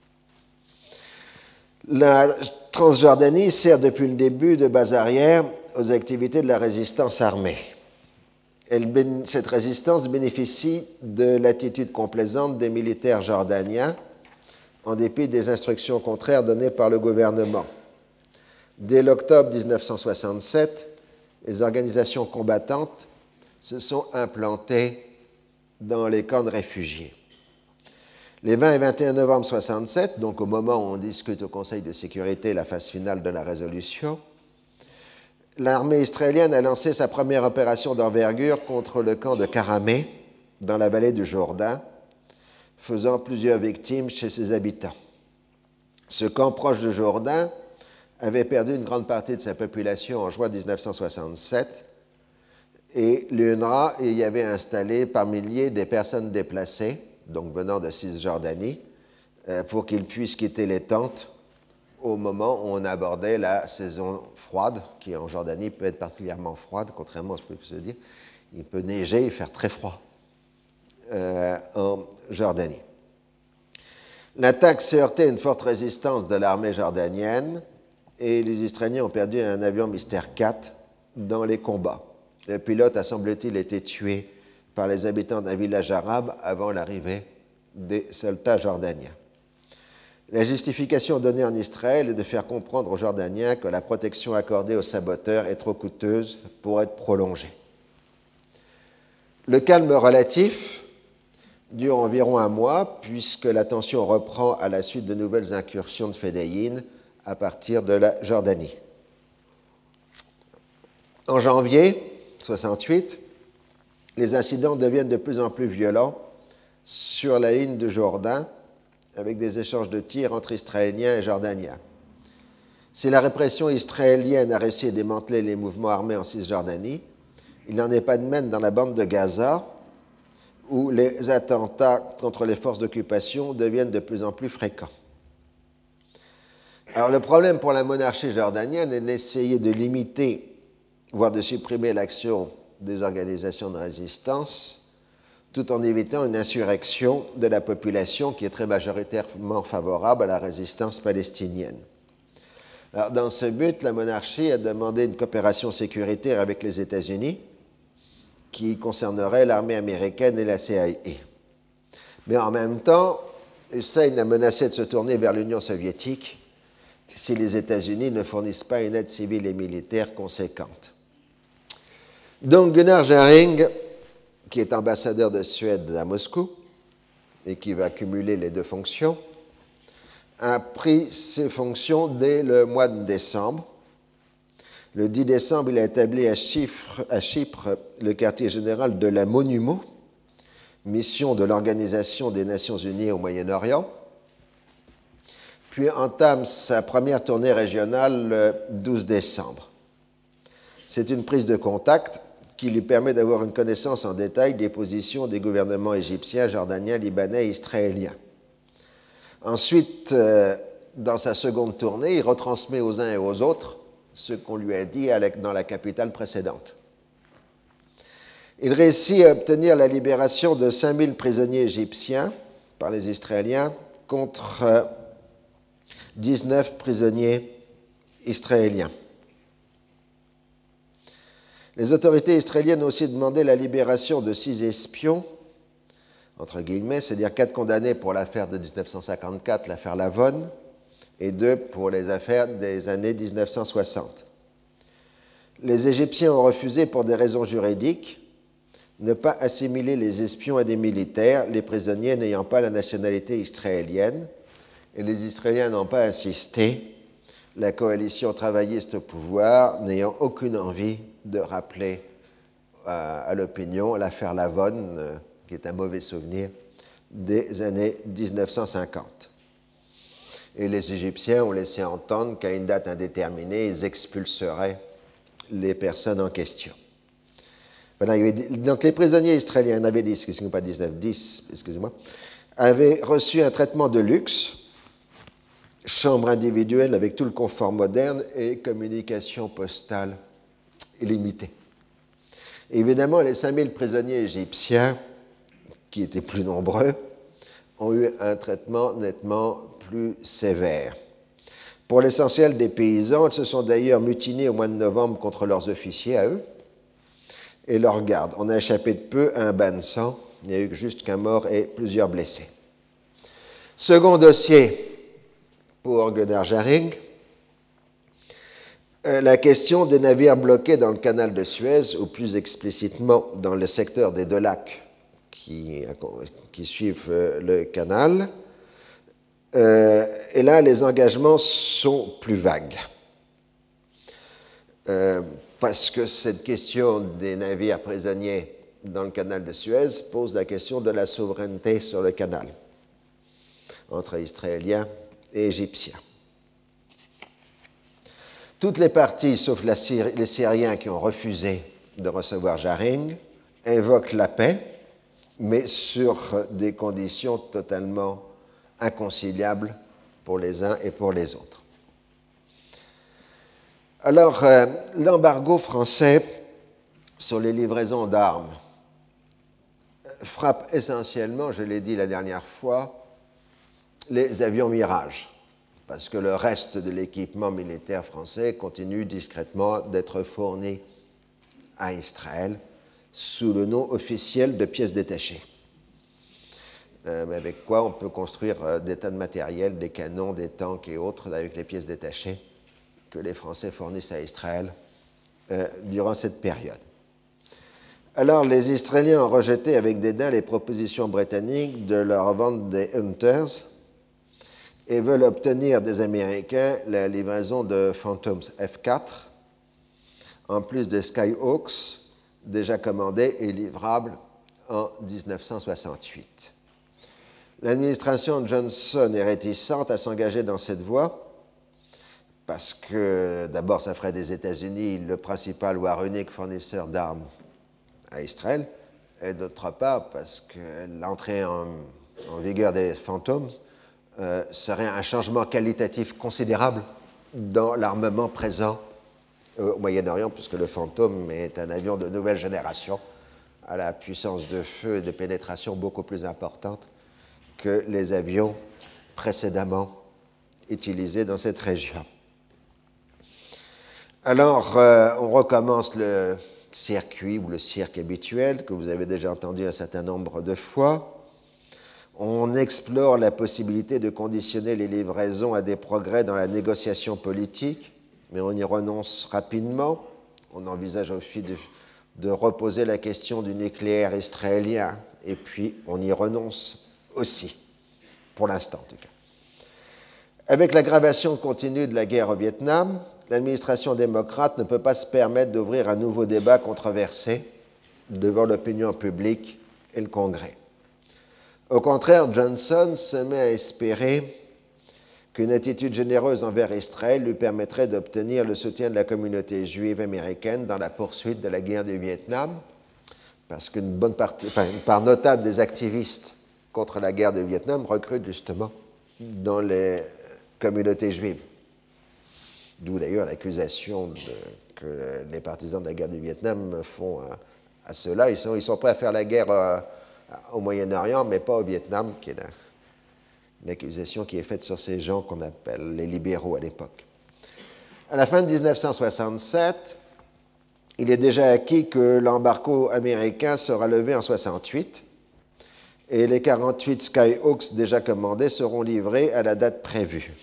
La Transjordanie sert depuis le début de base arrière aux activités de la résistance armée. Cette résistance bénéficie de l'attitude complaisante des militaires jordaniens en dépit des instructions contraires données par le gouvernement. Dès l'octobre 1967, les organisations combattantes se sont implantées dans les camps de réfugiés. Les 20 et 21 novembre 1967, donc au moment où on discute au Conseil de sécurité la phase finale de la résolution, l'armée israélienne a lancé sa première opération d'envergure contre le camp de Karameh, dans la vallée du Jourdain, faisant plusieurs victimes chez ses habitants. Ce camp proche du Jourdain avait perdu une grande partie de sa population en juin 1967 et l'UNRWA y avait installé par milliers des personnes déplacées, donc venant de Cisjordanie, pour qu'ils puissent quitter les tentes au moment où on abordait la saison froide, qui en Jordanie peut être particulièrement froide, contrairement à ce que se dit. Il peut neiger et faire très froid en Jordanie. L'attaque s'est heurtée à une forte résistance de l'armée jordanienne et les Israéliens ont perdu un avion Mystère 4 dans les combats. Le pilote a, semble-t-il, été tué par les habitants d'un village arabe avant l'arrivée des soldats jordaniens. La justification donnée en Israël est de faire comprendre aux Jordaniens que la protection accordée aux saboteurs est trop coûteuse pour être prolongée. Le calme relatif dure environ un mois, puisque la tension reprend à la suite de nouvelles incursions de Fedayeen à partir de la Jordanie. En janvier 1968, les incidents deviennent de plus en plus violents sur la ligne du Jourdain, avec des échanges de tirs entre Israéliens et Jordaniens. Si la répression israélienne a réussi à démanteler les mouvements armés en Cisjordanie, il n'en est pas de même dans la bande de Gaza, où les attentats contre les forces d'occupation deviennent de plus en plus fréquents. Alors le problème pour la monarchie jordanienne est d'essayer de limiter, voire de supprimer l'action des organisations de résistance, tout en évitant une insurrection de la population qui est très majoritairement favorable à la résistance palestinienne. Alors, dans ce but, la monarchie a demandé une coopération sécuritaire avec les États-Unis, qui concernerait l'armée américaine et la CIA. Mais en même temps, Hussein a menacé de se tourner vers l'Union soviétique si les États-Unis ne fournissent pas une aide civile et militaire conséquente. Donc Gunnar Jarring, qui est ambassadeur de Suède à Moscou et qui va cumuler les deux fonctions, a pris ses fonctions dès le mois de décembre. Le 10 décembre, il a établi à Chypre le quartier général de la MONUMO, mission de l'Organisation des Nations Unies au Moyen-Orient, puis entame sa première tournée régionale le 12 décembre. C'est une prise de contact qui lui permet d'avoir une connaissance en détail des positions des gouvernements égyptiens, jordaniens, libanais et israéliens. Ensuite, dans sa seconde tournée, il retransmet aux uns et aux autres ce qu'on lui a dit dans la capitale précédente. Il réussit à obtenir la libération de 5000 prisonniers égyptiens par les Israéliens contre 19 prisonniers israéliens. Les autorités israéliennes ont aussi demandé la libération de 6 espions, entre guillemets, c'est-à-dire 4 condamnés pour l'affaire de 1954, l'affaire Lavon, et 2 pour les affaires des années 1960. Les Égyptiens ont refusé, pour des raisons juridiques, ne pas assimiler les espions à des militaires, les prisonniers n'ayant pas la nationalité israélienne, et les Israéliens n'ont pas insisté, la coalition travailliste au pouvoir n'ayant aucune envie de rappeler à l'opinion l'affaire Lavon, qui est un mauvais souvenir, des années 1950. Et les Égyptiens ont laissé entendre qu'à une date indéterminée, ils expulseraient les personnes en question. Voilà, donc les prisonniers israéliens, il y en avait 10, pas 19, 10, excusez-moi, avaient reçu un traitement de luxe, chambre individuelle avec tout le confort moderne et communication postale illimitée. Évidemment, les 5000 prisonniers égyptiens, qui étaient plus nombreux, ont eu un traitement nettement plus sévère. Pour l'essentiel des paysans, ils se sont d'ailleurs mutinés au mois de novembre contre leurs officiers à eux et leurs gardes. On a échappé de peu à un bain de sang. Il n'y a eu juste qu'un mort et plusieurs blessés. Second dossier pour Gunnar Jarring, la question des navires bloqués dans le canal de Suez, ou plus explicitement dans le secteur des 2 lacs qui suivent le canal. Et là, les engagements sont plus vagues. Parce que cette question des navires prisonniers dans le canal de Suez pose la question de la souveraineté sur le canal entre Israéliens et Égyptiens. Toutes les parties, sauf les Syriens qui ont refusé de recevoir Jaring, invoquent la paix, mais sur des conditions totalement inconciliables pour les uns et pour les autres. Alors, l'embargo français sur les livraisons d'armes frappe essentiellement, je l'ai dit la dernière fois, les avions Mirage, parce que le reste de l'équipement militaire français continue discrètement d'être fourni à Israël sous le nom officiel de pièces détachées. Mais avec quoi on peut construire des tas de matériel, des canons, des tanks et autres, avec les pièces détachées que les Français fournissent à Israël durant cette période. Alors, les Israéliens ont rejeté avec dédain les propositions britanniques de leur vente des Hunters et veulent obtenir des Américains la livraison de Phantoms F-4, en plus des Skyhawks déjà commandés et livrables en 1968. L'administration Johnson est réticente à s'engager dans cette voie parce que, d'abord, ça ferait des États-Unis le principal voire unique fournisseur d'armes à Israël, et d'autre part parce que l'entrée en vigueur des Phantoms serait un changement qualitatif considérable dans l'armement présent au Moyen-Orient, puisque le Phantom est un avion de nouvelle génération à la puissance de feu et de pénétration beaucoup plus importante que les avions précédemment utilisés dans cette région. Alors, on recommence le circuit ou le cirque habituel que vous avez déjà entendu un certain nombre de fois. On explore la possibilité de conditionner les livraisons à des progrès dans la négociation politique, mais on y renonce rapidement. On envisage aussi de reposer la question du nucléaire israélien, et puis on y renonce aussi, pour l'instant en tout cas. Avec l'aggravation continue de la guerre au Vietnam, l'administration démocrate ne peut pas se permettre d'ouvrir un nouveau débat controversé devant l'opinion publique et le Congrès. Au contraire, Johnson se met à espérer qu'une attitude généreuse envers Israël lui permettrait d'obtenir le soutien de la communauté juive américaine dans la poursuite de la guerre du Vietnam, parce qu'une part notable des activistes contre la guerre du Vietnam recrutent justement dans les communautés juives. D'où d'ailleurs l'accusation que les partisans de la guerre du Vietnam font à ceux-là. Ils sont prêts à faire la guerre au Moyen-Orient, mais pas au Vietnam, qui est l'accusation qui est faite sur ces gens qu'on appelle les libéraux à l'époque. À la fin de 1967, il est déjà acquis que l'embargo américain sera levé en 1968 et les 48 Skyhawks déjà commandés seront livrés à la date prévue.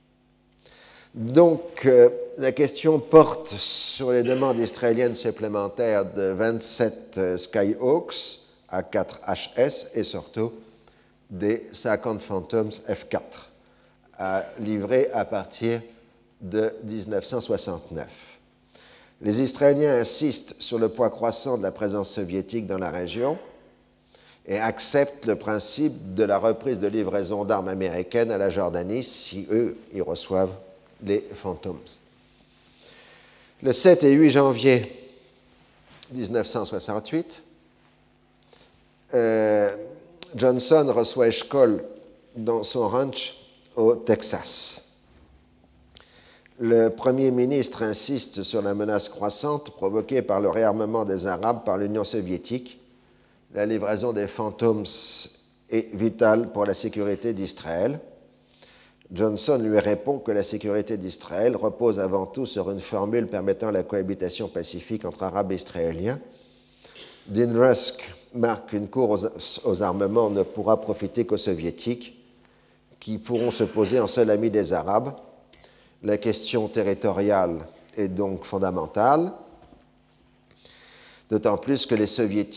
Donc, la question porte sur les demandes israéliennes supplémentaires de 27 Skyhawks A4HS et surtout des 50 Phantoms F-4 à livrer à partir de 1969. Les Israéliens insistent sur le poids croissant de la présence soviétique dans la région et acceptent le principe de la reprise de livraison d'armes américaines à la Jordanie si eux, ils reçoivent les Phantoms. Le 7 et 8 janvier 1968, Johnson reçoit Eshkol dans son ranch au Texas. Le Premier ministre insiste sur la menace croissante provoquée par le réarmement des Arabes par l'Union soviétique. La livraison des Phantoms est vitale pour la sécurité d'Israël. Johnson lui répond que la sécurité d'Israël repose avant tout sur une formule permettant la cohabitation pacifique entre Arabes et Israéliens. Dean Rusk marque qu'une cour aux armements ne pourra profiter qu'aux Soviétiques, qui pourront se poser en seul ami des Arabes. La question territoriale est donc fondamentale, d'autant plus que les Soviétiques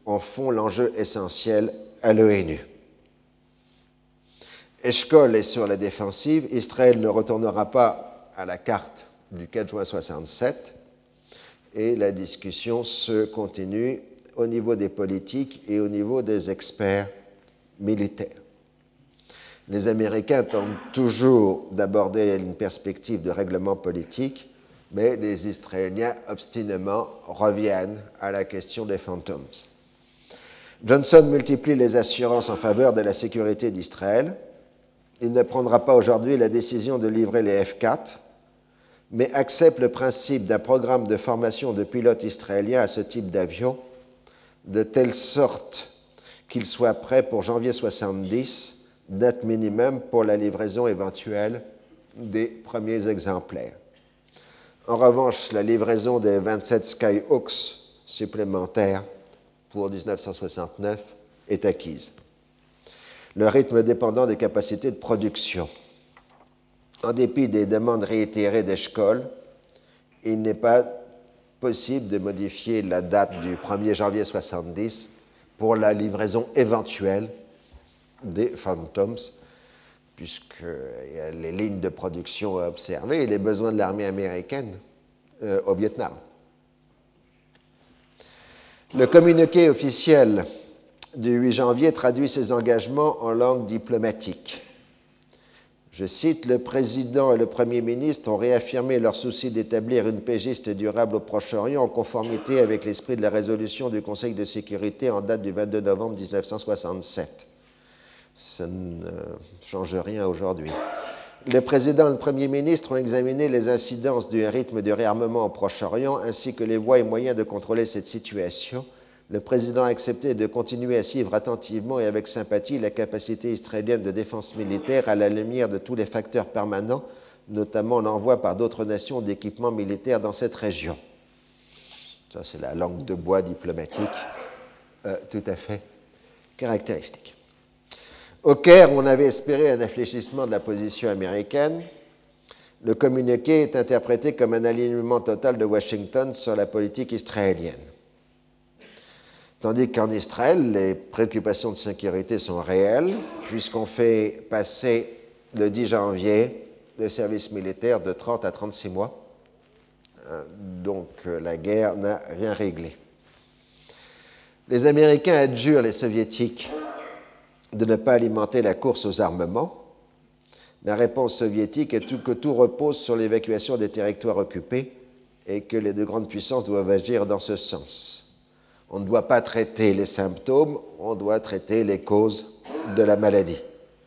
en font l'enjeu essentiel à l'ONU. Eshkol est sur la défensive. Israël ne retournera pas à la carte du 4 juin 1967 et la discussion se continue au niveau des politiques et au niveau des experts militaires. Les Américains tentent toujours d'aborder une perspective de règlement politique, mais les Israéliens obstinément reviennent à la question des Phantoms. Johnson multiplie les assurances en faveur de la sécurité d'Israël. Il ne prendra pas aujourd'hui la décision de livrer les F-4, mais accepte le principe d'un programme de formation de pilotes israéliens à ce type d'avion, de telle sorte qu'il soit prêt pour janvier 1970, date minimum pour la livraison éventuelle des premiers exemplaires. En revanche, la livraison des 27 Skyhawks supplémentaires pour 1969 est acquise. Le rythme dépendant des capacités de production. En dépit des demandes réitérées d'Eshkol, il n'est pas possible de modifier la date du 1er janvier 1970 pour la livraison éventuelle des Phantoms, puisque les lignes de production à observer et les besoins de l'armée américaine au Vietnam. Le communiqué officiel du 8 janvier traduit ces engagements en langue diplomatique. Je cite, « Le président et le premier ministre ont réaffirmé leur souci d'établir une paix juste et durable au Proche-Orient en conformité avec l'esprit de la résolution du Conseil de sécurité en date du 22 novembre 1967. » Ça ne change rien aujourd'hui. Le président et le premier ministre ont examiné les incidences du rythme de réarmement au Proche-Orient ainsi que les voies et moyens de contrôler cette situation. Le président a accepté de continuer à suivre attentivement et avec sympathie la capacité israélienne de défense militaire à la lumière de tous les facteurs permanents, notamment l'envoi par d'autres nations d'équipements militaires dans cette région. Ça, c'est la langue de bois diplomatique tout à fait caractéristique. Au Caire, on avait espéré un infléchissement de la position américaine. Le communiqué est interprété comme un alignement total de Washington sur la politique israélienne. Tandis qu'en Israël, les préoccupations de sécurité sont réelles, puisqu'on fait passer le 10 janvier le service militaire de 30 à 36 mois. Donc la guerre n'a rien réglé. Les Américains adjurent les Soviétiques de ne pas alimenter la course aux armements. La réponse soviétique est que tout repose sur l'évacuation des territoires occupés et que les deux grandes puissances doivent agir dans ce sens. On ne doit pas traiter les symptômes, on doit traiter les causes de la maladie.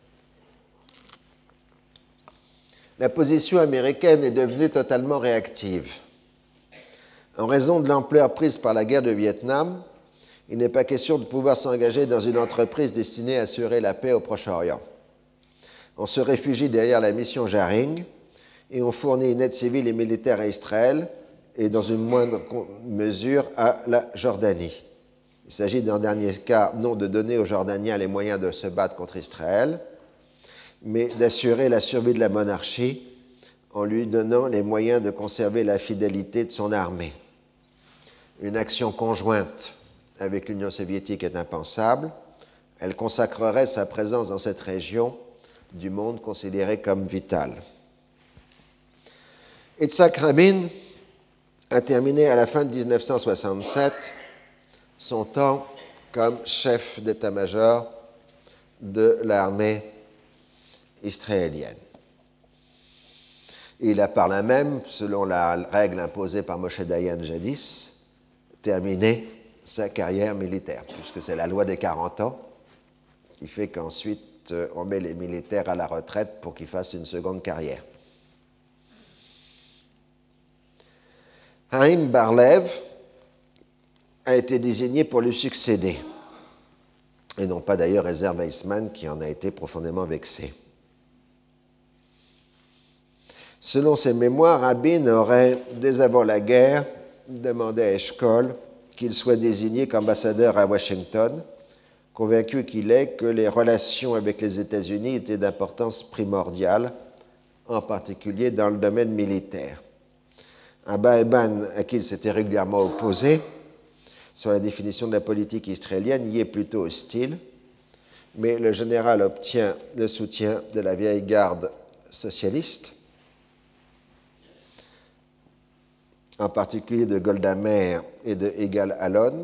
La position américaine est devenue totalement réactive. En raison de l'ampleur prise par la guerre du Vietnam, il n'est pas question de pouvoir s'engager dans une entreprise destinée à assurer la paix au Proche-Orient. On se réfugie derrière la mission Jaring et on fournit une aide civile et militaire à Israël et dans une moindre mesure à la Jordanie. Il s'agit d'un dernier cas non de donner aux Jordaniens les moyens de se battre contre Israël, mais d'assurer la survie de la monarchie en lui donnant les moyens de conserver la fidélité de son armée. Une action conjointe avec l'Union soviétique est impensable. Elle consacrerait sa présence dans cette région du monde considérée comme vitale. Yitzhak Rabin a terminé à la fin de 1967 son temps comme chef d'état-major de l'armée israélienne. Il a par là même, selon la règle imposée par Moshe Dayan jadis, terminé sa carrière militaire, puisque c'est la loi des 40 ans qui fait qu'ensuite on met les militaires à la retraite pour qu'ils fassent une seconde carrière. Haïm Bar-Lev a été désigné pour lui succéder, et non pas d'ailleurs Ezer Weizmann qui en a été profondément vexé. Selon ses mémoires, Rabin aurait, dès avant la guerre, demandé à Eshkol qu'il soit désigné qu'ambassadeur à Washington, convaincu qu'il est que les relations avec les États-Unis étaient d'importance primordiale, en particulier dans le domaine militaire. Abba Eban, à qui il s'était régulièrement opposé, sur la définition de la politique israélienne y est plutôt hostile, mais le général obtient le soutien de la vieille garde socialiste, en particulier de Golda Meir et de Yigal Allon.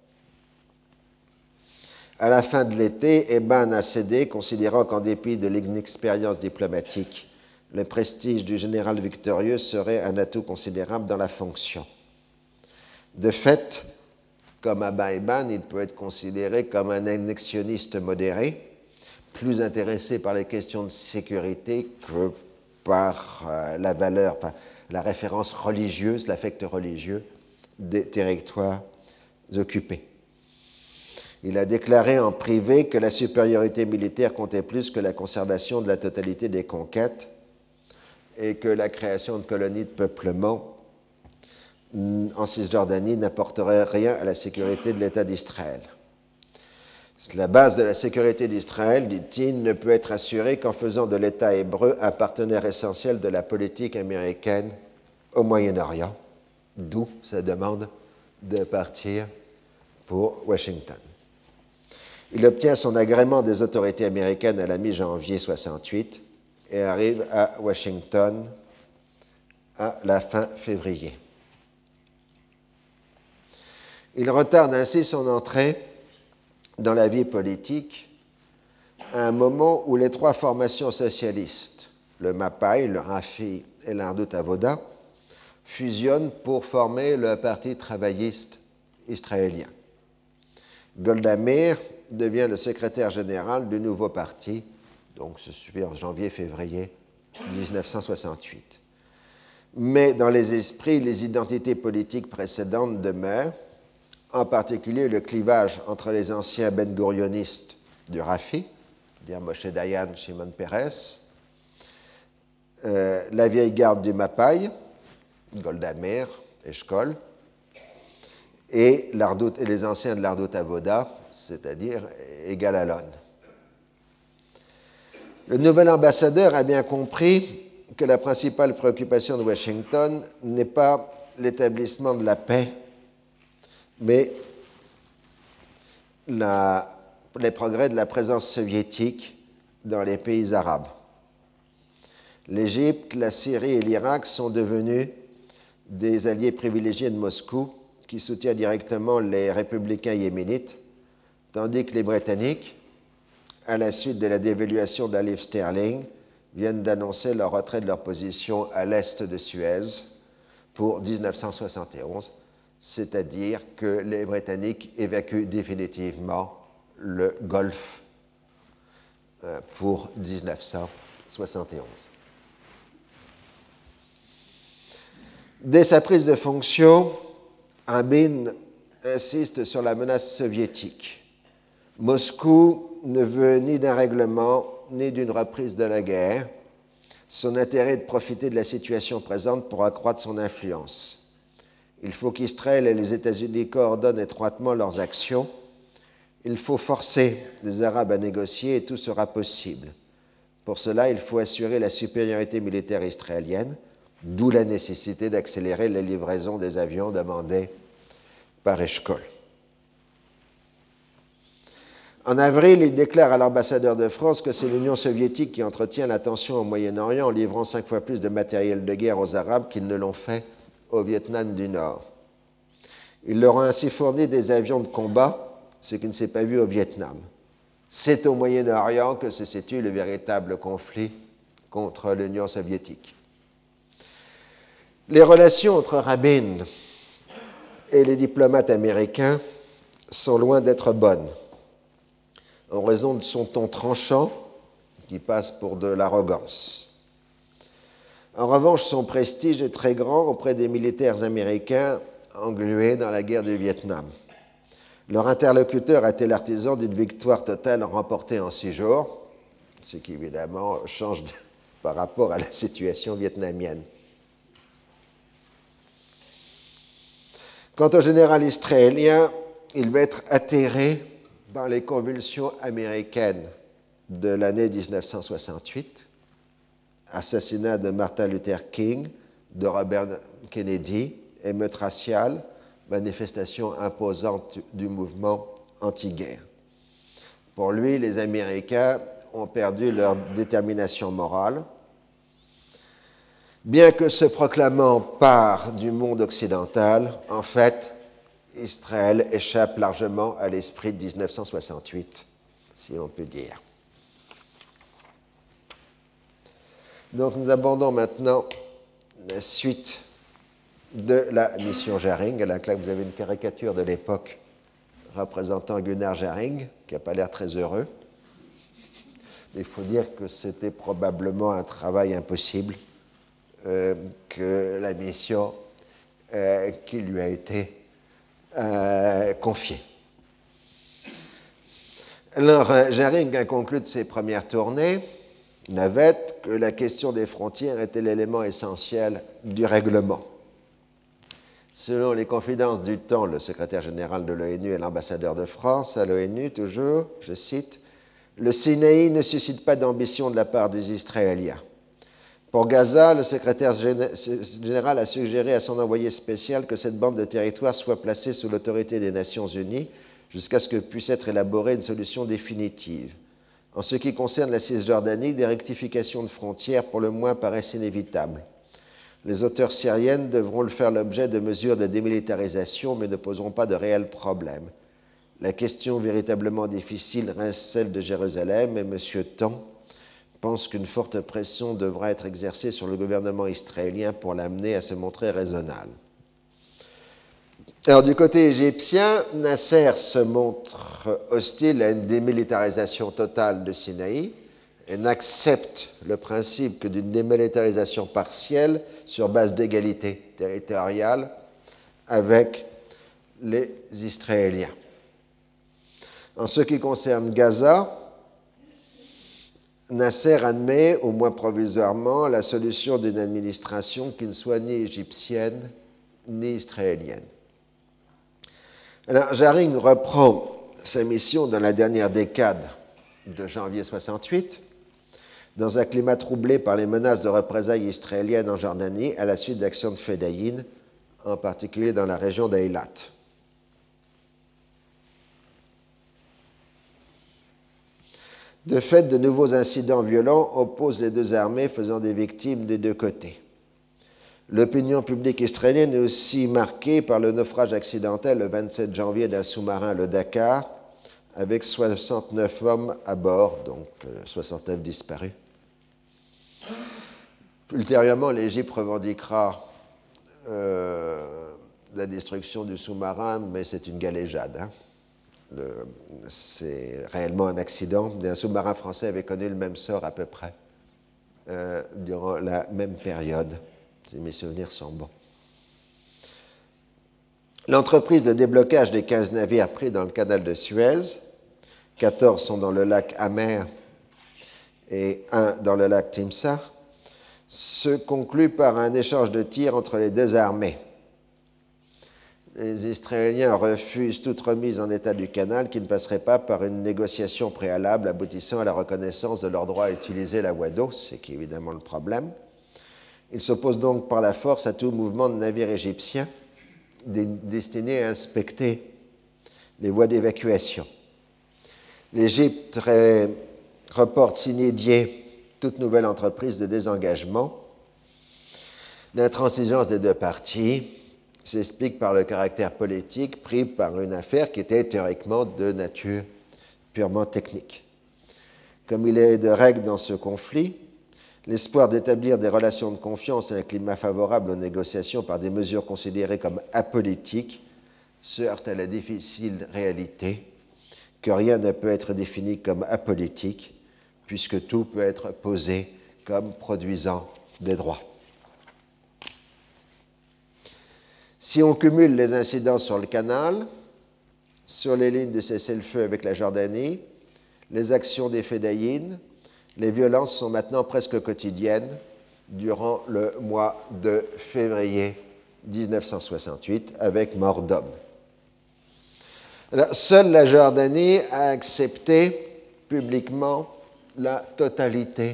À la fin de l'été, Eban a cédé, considérant qu'en dépit de l'inexpérience diplomatique, le prestige du général victorieux serait un atout considérable dans la fonction. De fait, comme Abba Eban, il peut être considéré comme un annexionniste modéré, plus intéressé par les questions de sécurité que par la valeur, la référence religieuse, l'affect religieux des territoires occupés. Il a déclaré en privé que la supériorité militaire comptait plus que la conservation de la totalité des conquêtes et que la création de colonies de peuplement en Cisjordanie n'apporterait rien à la sécurité de l'État d'Israël. La base de la sécurité d'Israël, dit-il, ne peut être assurée qu'en faisant de l'État hébreu un partenaire essentiel de la politique américaine au Moyen-Orient, d'où sa demande de partir pour Washington. Il obtient son agrément des autorités américaines à la mi-janvier 1968 et arrive à Washington à la fin février. Il retarde ainsi son entrée dans la vie politique à un moment où les trois formations socialistes, le Mapai, le Rafi et l'Ardut Avoda, fusionnent pour former le Parti travailliste israélien. Golda Meir devient le secrétaire général du nouveau parti, donc ce suffit en janvier-février 1968. Mais dans les esprits, les identités politiques précédentes demeurent, en particulier le clivage entre les anciens ben-gurionistes du Rafi, c'est-à-dire Moshe Dayan, Shimon Peres, la vieille garde du Mapai, Golda Meir, Eshkol, et les anciens de l'Ardut Avoda, c'est-à-dire Yigal Allon. Le nouvel ambassadeur a bien compris que la principale préoccupation de Washington n'est pas l'établissement de la paix, mais les progrès de la présence soviétique dans les pays arabes. L'Égypte, la Syrie et l'Irak sont devenus des alliés privilégiés de Moscou qui soutient directement les républicains yéménites, tandis que les Britanniques, à la suite de la dévaluation de la livre sterling, viennent d'annoncer leur retrait de leur position à l'est de Suez pour 1971, c'est-à-dire que les Britanniques évacuent définitivement le Golfe pour 1971. Dès sa prise de fonction, Rabin insiste sur la menace soviétique. Moscou ne veut ni d'un règlement ni d'une reprise de la guerre. Son intérêt est de profiter de la situation présente pour accroître son influence. Il faut qu'Israël et les États-Unis coordonnent étroitement leurs actions. Il faut forcer les Arabes à négocier et tout sera possible. Pour cela, il faut assurer la supériorité militaire israélienne, d'où la nécessité d'accélérer les livraisons des avions demandés par Eshkol. En avril, il déclare à l'ambassadeur de France que c'est l'Union soviétique qui entretient la tension au Moyen-Orient en livrant 5 fois plus de matériel de guerre aux Arabes qu'ils ne l'ont fait au Vietnam du Nord. Il leur a ainsi fourni des avions de combat, ce qui ne s'est pas vu au Vietnam. C'est au Moyen-Orient que se situe le véritable conflit contre l'Union soviétique. Les relations entre Rabin et les diplomates américains sont loin d'être bonnes, en raison de son ton tranchant qui passe pour de l'arrogance. En revanche, son prestige est très grand auprès des militaires américains englués dans la guerre du Vietnam. Leur interlocuteur a été l'artisan d'une victoire totale remportée en 6 jours, ce qui évidemment change par rapport à la situation vietnamienne. Quant au général israélien, il va être atterré par les convulsions américaines de l'année 1968, assassinat de Martin Luther King, de Robert Kennedy, émeute raciale, manifestation imposante du mouvement anti-guerre. Pour lui, les Américains ont perdu leur détermination morale. Bien que se proclamant part du monde occidental, en fait, Israël échappe largement à l'esprit de 1968, si on peut dire. Donc nous abordons maintenant la suite de la mission Jaring. À la claque, vous avez une caricature de l'époque représentant Gunnar Jaring, qui n'a pas l'air très heureux. Il faut dire que c'était probablement un travail impossible que la mission qui lui a été confiée. Alors, Jaring a conclu de ses premières tournées navette que la question des frontières était l'élément essentiel du règlement. Selon les confidences du temps, le secrétaire général de l'ONU et l'ambassadeur de France à l'ONU, toujours, je cite, « Le Sinaï ne suscite pas d'ambition de la part des Israéliens. Pour Gaza, le secrétaire général a suggéré à son envoyé spécial que cette bande de territoire soit placée sous l'autorité des Nations Unies jusqu'à ce que puisse être élaborée une solution définitive. En ce qui concerne la Cisjordanie, des rectifications de frontières pour le moins paraissent inévitables. Les auteurs syriennes devront le faire l'objet de mesures de démilitarisation, mais ne poseront pas de réels problèmes. La question véritablement difficile reste celle de Jérusalem, et M. Thon pense qu'une forte pression devra être exercée sur le gouvernement israélien pour l'amener à se montrer raisonnable. Alors, du côté égyptien, Nasser se montre hostile à une démilitarisation totale de Sinaï et n'accepte le principe que d'une démilitarisation partielle sur base d'égalité territoriale avec les Israéliens. En ce qui concerne Gaza, Nasser admet, au moins provisoirement, la solution d'une administration qui ne soit ni égyptienne ni israélienne. Alors, Jaring reprend sa mission dans la dernière décade de janvier 68, dans un climat troublé par les menaces de représailles israéliennes en Jordanie à la suite d'actions de Fedaïn, en particulier dans la région d'Eilat. De fait, de nouveaux incidents violents opposent les deux armées, faisant des victimes des deux côtés. L'opinion publique israélienne est aussi marquée par le naufrage accidentel le 27 janvier d'un sous-marin, le Dakar, avec 69 hommes à bord, donc 69 disparus. Ultérieurement, l'Égypte revendiquera la destruction du sous-marin, mais c'est une galéjade. C'est réellement un accident. Un sous-marin français avait connu le même sort à peu près durant la même période, si mes souvenirs sont bons. L'entreprise de déblocage des 15 navires pris dans le canal de Suez, 14 sont dans le lac Amer et 1 dans le lac Timsah, se conclut par un échange de tirs entre les deux armées. Les Israéliens refusent toute remise en état du canal qui ne passerait pas par une négociation préalable aboutissant à la reconnaissance de leur droit à utiliser la voie d'eau, ce qui est évidemment le problème. Ils s'opposent donc par la force à tout mouvement de navires égyptiens destiné à inspecter les voies d'évacuation. L'Égypte reporte sine die toute nouvelle entreprise de désengagement. L'intransigeance des deux parties s'explique par le caractère politique pris par une affaire qui était théoriquement de nature purement technique. Comme il est de règle dans ce conflit, l'espoir d'établir des relations de confiance et un climat favorable aux négociations par des mesures considérées comme apolitiques se heurte à la difficile réalité que rien ne peut être défini comme apolitique puisque tout peut être posé comme produisant des droits. Si on cumule les incidents sur le canal, sur les lignes de cessez-le-feu avec la Jordanie, les actions des Fedaïn, les violences sont maintenant presque quotidiennes durant le mois de février 1968 avec mort d'hommes. Seule la Jordanie a accepté publiquement la totalité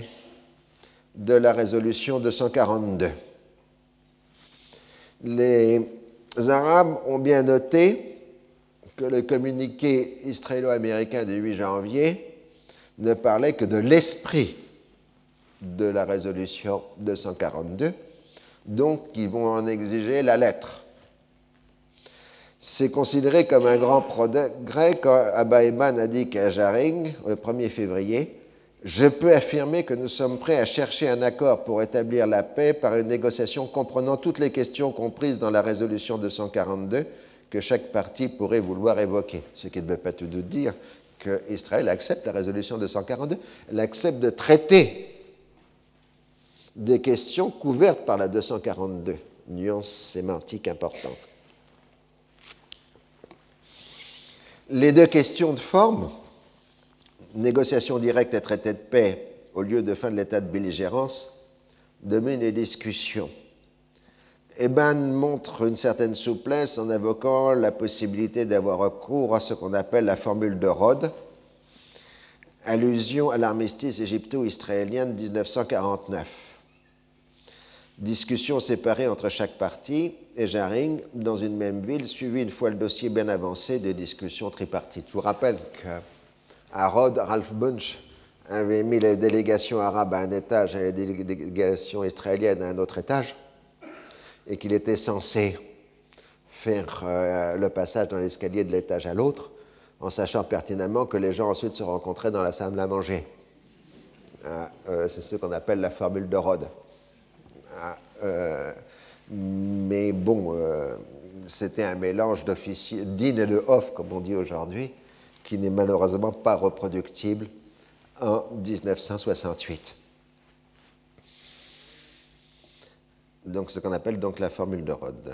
de la résolution 242. Les Arabes ont bien noté que le communiqué israélo-américain du 8 janvier ne parlait que de l'esprit de la résolution 242, donc ils vont en exiger la lettre. C'est considéré comme un grand progrès quand Abba Eban a dit qu'à Jaring, le 1er février, « Je peux affirmer que nous sommes prêts à chercher un accord pour établir la paix par une négociation comprenant toutes les questions comprises dans la résolution 242 que chaque partie pourrait vouloir évoquer. » Ce qui ne veut pas tout de dire qu'Israël accepte la résolution 242, elle accepte de traiter des questions couvertes par la 242, nuance sémantique importante. Les deux questions de forme, négociation directe et traité de paix au lieu de fin de l'état de belligérance, dominent les discussions. Eban montre une certaine souplesse en évoquant la possibilité d'avoir recours à ce qu'on appelle la formule de Rhodes, allusion à l'armistice égypto-israélien de 1949. Discussion séparée entre chaque partie et Jaring dans une même ville, suivi une fois le dossier bien avancé des discussions tripartites. Je vous rappelle qu'à Rhodes, Ralph Bunche avait mis les délégations arabes à un étage et les délégations israéliennes à un autre étage, et qu'il était censé faire le passage dans l'escalier de l'étage à l'autre, en sachant pertinemment que les gens ensuite se rencontraient dans la salle à manger. C'est ce qu'on appelle la formule de Rhodes. Mais bon, c'était un mélange d'officiers, d'in et de off, comme on dit aujourd'hui, qui n'est malheureusement pas reproductible en 1968. Donc, ce qu'on appelle donc la formule de Rhodes.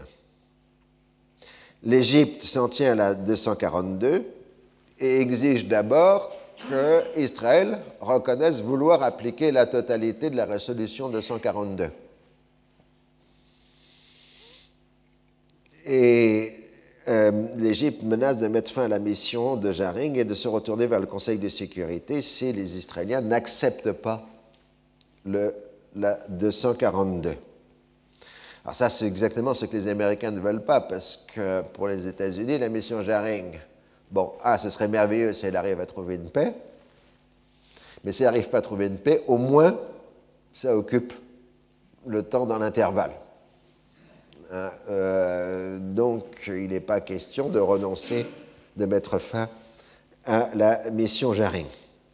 L'Égypte s'en tient à la 242 et exige d'abord qu'Israël reconnaisse vouloir appliquer la totalité de la résolution 242. Et l'Égypte menace de mettre fin à la mission de Jaring et de se retourner vers le Conseil de sécurité si les Israéliens n'acceptent pas la 242. Alors ça, c'est exactement ce que les Américains ne veulent pas, parce que pour les États-Unis, la mission Jaring, ce serait merveilleux si elle arrive à trouver une paix, mais si elle n'arrive pas à trouver une paix, au moins, ça occupe le temps dans l'intervalle. Donc, il n'est pas question de renoncer, de mettre fin à la mission Jaring.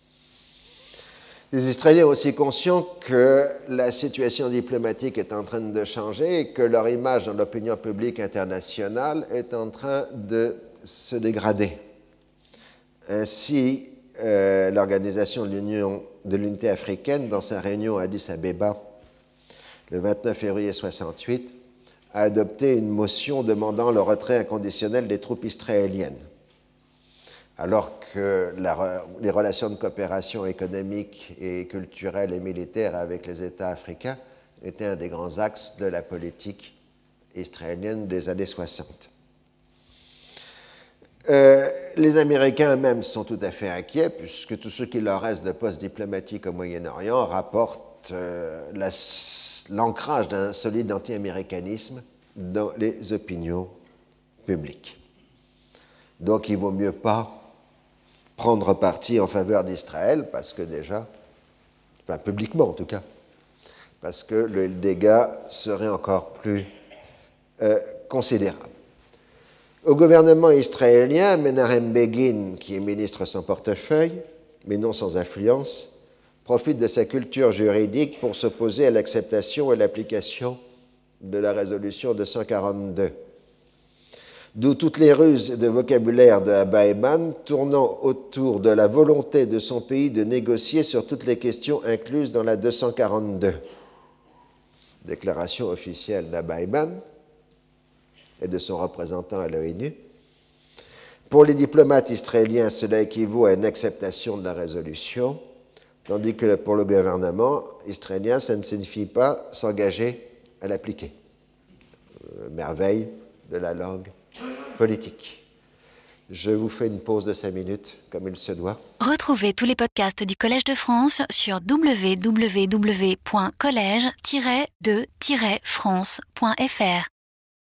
Les Israéliens sont aussi conscients que la situation diplomatique est en train de changer et que leur image dans l'opinion publique internationale est en train de se dégrader. Ainsi, l'Organisation de l'Unité africaine, dans sa réunion à Addis Abeba le 29 février 1968, a adopté une motion demandant le retrait inconditionnel des troupes israéliennes, alors que les relations de coopération économique et culturelle et militaire avec les États africains étaient un des grands axes de la politique israélienne des années 60. Les Américains eux-mêmes sont tout à fait inquiets, puisque tout ce qu'il leur reste de postes diplomatiques au Moyen-Orient rapporte l'ancrage d'un solide anti-américanisme dans les opinions publiques. Donc il ne vaut mieux pas prendre parti en faveur d'Israël, parce que déjà, publiquement en tout cas, parce que le dégât serait encore plus considérable. Au gouvernement israélien, Menahem Begin, qui est ministre sans portefeuille, mais non sans influence, profite de sa culture juridique pour s'opposer à l'acceptation et l'application de la résolution 242. D'où toutes les ruses de vocabulaire de Abba Eban tournant autour de la volonté de son pays de négocier sur toutes les questions incluses dans la 242. Déclaration officielle d'Abba Eban et de son représentant à l'ONU. Pour les diplomates israéliens, cela équivaut à une acceptation de la résolution, tandis que pour le gouvernement israélien, ça ne signifie pas s'engager à l'appliquer. Merveille de la langue politique. Je vous fais une pause de 5 minutes, comme il se doit. Retrouvez tous les podcasts du Collège de France sur www.collège-de-france.fr.